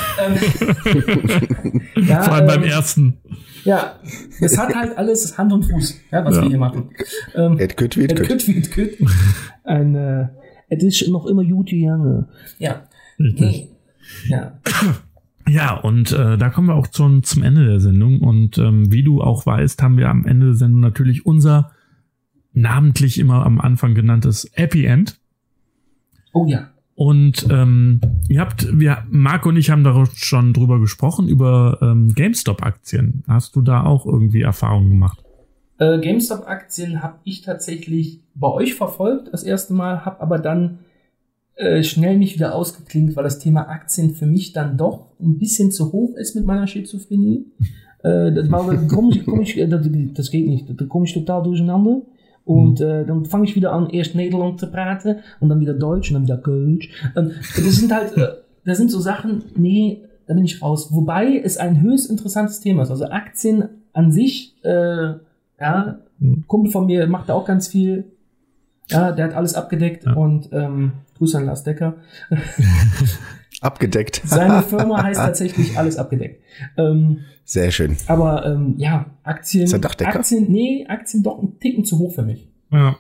ja, Vor allem beim ersten. Ja, es hat halt alles Hand und Fuß, ja, was wir hier machen. Et kütt wie et kütt. Es ist noch immer gute Jange. Ja. Richtig. Ja. Ja, und da kommen wir auch schon zum Ende der Sendung. Und wie du auch weißt, haben wir am Ende der Sendung natürlich unser namentlich immer am Anfang genanntes Happy End. Oh ja. Und Marc und ich haben da schon drüber gesprochen, über GameStop-Aktien. Hast du da auch irgendwie Erfahrungen gemacht? GameStop-Aktien habe ich tatsächlich bei euch verfolgt das erste Mal, habe aber dann schnell mich wieder ausgeklinkt, weil das Thema Aktien für mich dann doch ein bisschen zu hoch ist mit meiner Schizophrenie. Das geht nicht, da komme ich total durcheinander. Und dann fange ich wieder an, erst Nederland zu praten und dann wieder Deutsch und dann wieder Kölsch. Das sind halt, das sind so Sachen, nee, da bin ich raus. Wobei es ein höchst interessantes Thema ist. Also Aktien an sich, ja, Kumpel von mir macht da auch ganz viel. Ja, der hat alles abgedeckt und Grüße an Lars Decker. Abgedeckt. Seine Firma heißt tatsächlich alles abgedeckt. Sehr schön. Aber ja, Aktien. Ist er Dachdecker? Aktien doch ein Ticken zu hoch für mich. Ja.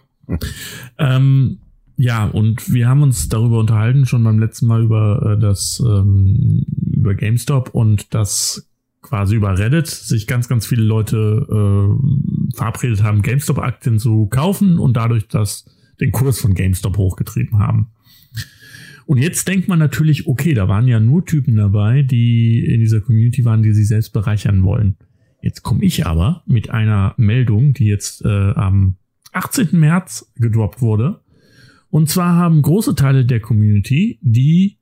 Ja, und wir haben uns darüber unterhalten, schon beim letzten Mal über über GameStop und dass quasi über Reddit sich ganz, ganz viele Leute verabredet haben, GameStop-Aktien zu kaufen und dadurch den Kurs von GameStop hochgetrieben haben. Und jetzt denkt man natürlich, okay, da waren ja nur Typen dabei, die in dieser Community waren, die sich selbst bereichern wollen. Jetzt komme ich aber mit einer Meldung, die jetzt am 18. März gedroppt wurde. Und zwar haben große Teile der Community, die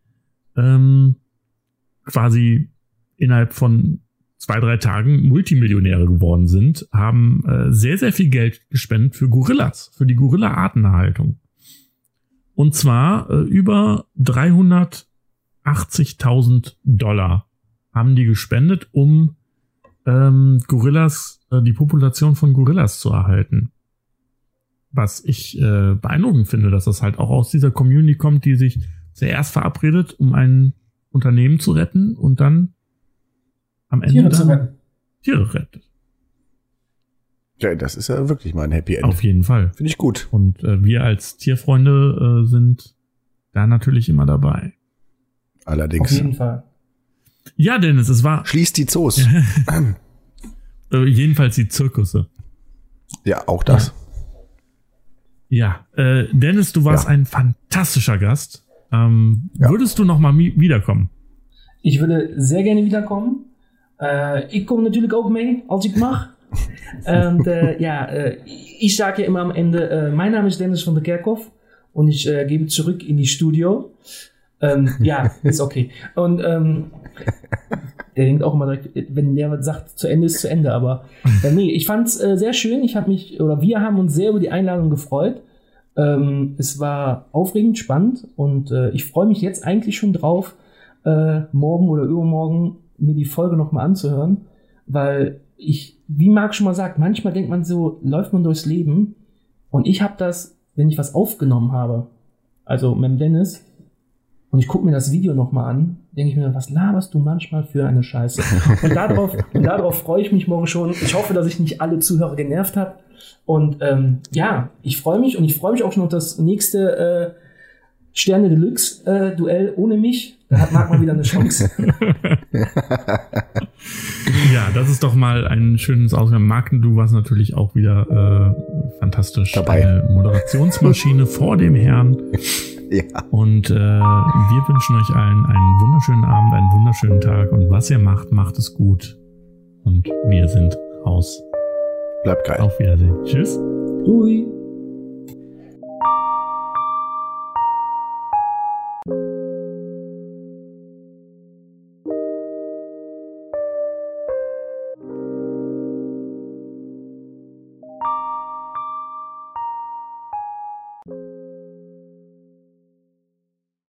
quasi innerhalb von 2-3 Tagen Multimillionäre geworden sind, haben sehr, sehr viel Geld gespendet für Gorillas, für die Gorilla-Artenerhaltung. Und zwar über $380.000 haben die gespendet, um Gorillas, die Population von Gorillas zu erhalten. Was ich beeindruckend finde, dass das halt auch aus dieser Community kommt, die sich zuerst verabredet, um ein Unternehmen zu retten und dann am Ende Tiere rettet. Ja, das ist ja wirklich mal ein Happy End. Auf jeden Fall. Finde ich gut. Und wir als Tierfreunde sind da natürlich immer dabei. Allerdings. Auf jeden Fall. Ja, Dennis, es war... Schließt die Zoos. jedenfalls die Zirkusse. Ja, auch das. Ja, Dennis, du warst ein fantastischer Gast. Würdest du noch mal wiederkommen? Ich würde sehr gerne wiederkommen. Ich komme natürlich auch mee, als ich mag. Und ich sage ja immer am Ende, mein Name ist Dennis von der Kerkhoff und ich gebe zurück in die Studio. Ja, ist okay. Und der denkt auch immer direkt, wenn der was sagt, zu Ende ist zu Ende. Aber nee, ich fand's sehr schön. Wir haben uns sehr über die Einladung gefreut. Es war aufregend, spannend und ich freue mich jetzt eigentlich schon drauf, morgen oder übermorgen mir die Folge nochmal anzuhören, weil wie Marc schon mal sagt, manchmal denkt man so, läuft man durchs Leben und ich habe das, wenn ich was aufgenommen habe, also mit dem Dennis, und ich gucke mir das Video nochmal an, denke ich mir, was laberst du manchmal für eine Scheiße? Und darauf freue ich mich morgen schon. Ich hoffe, dass ich nicht alle Zuhörer genervt habe. Und ich freue mich auch schon auf das nächste Sterne Deluxe Duell ohne mich. Da hat Marc mal wieder eine Chance. Ja, das ist doch mal ein schönes Ausgang. Marc, du warst natürlich auch wieder fantastisch dabei. Eine Moderationsmaschine vor dem Herrn. Ja. Und wir wünschen euch allen einen wunderschönen Abend, einen wunderschönen Tag. Und was ihr macht, macht es gut. Und wir sind raus. Bleibt geil. Auf Wiedersehen. Tschüss. Ui.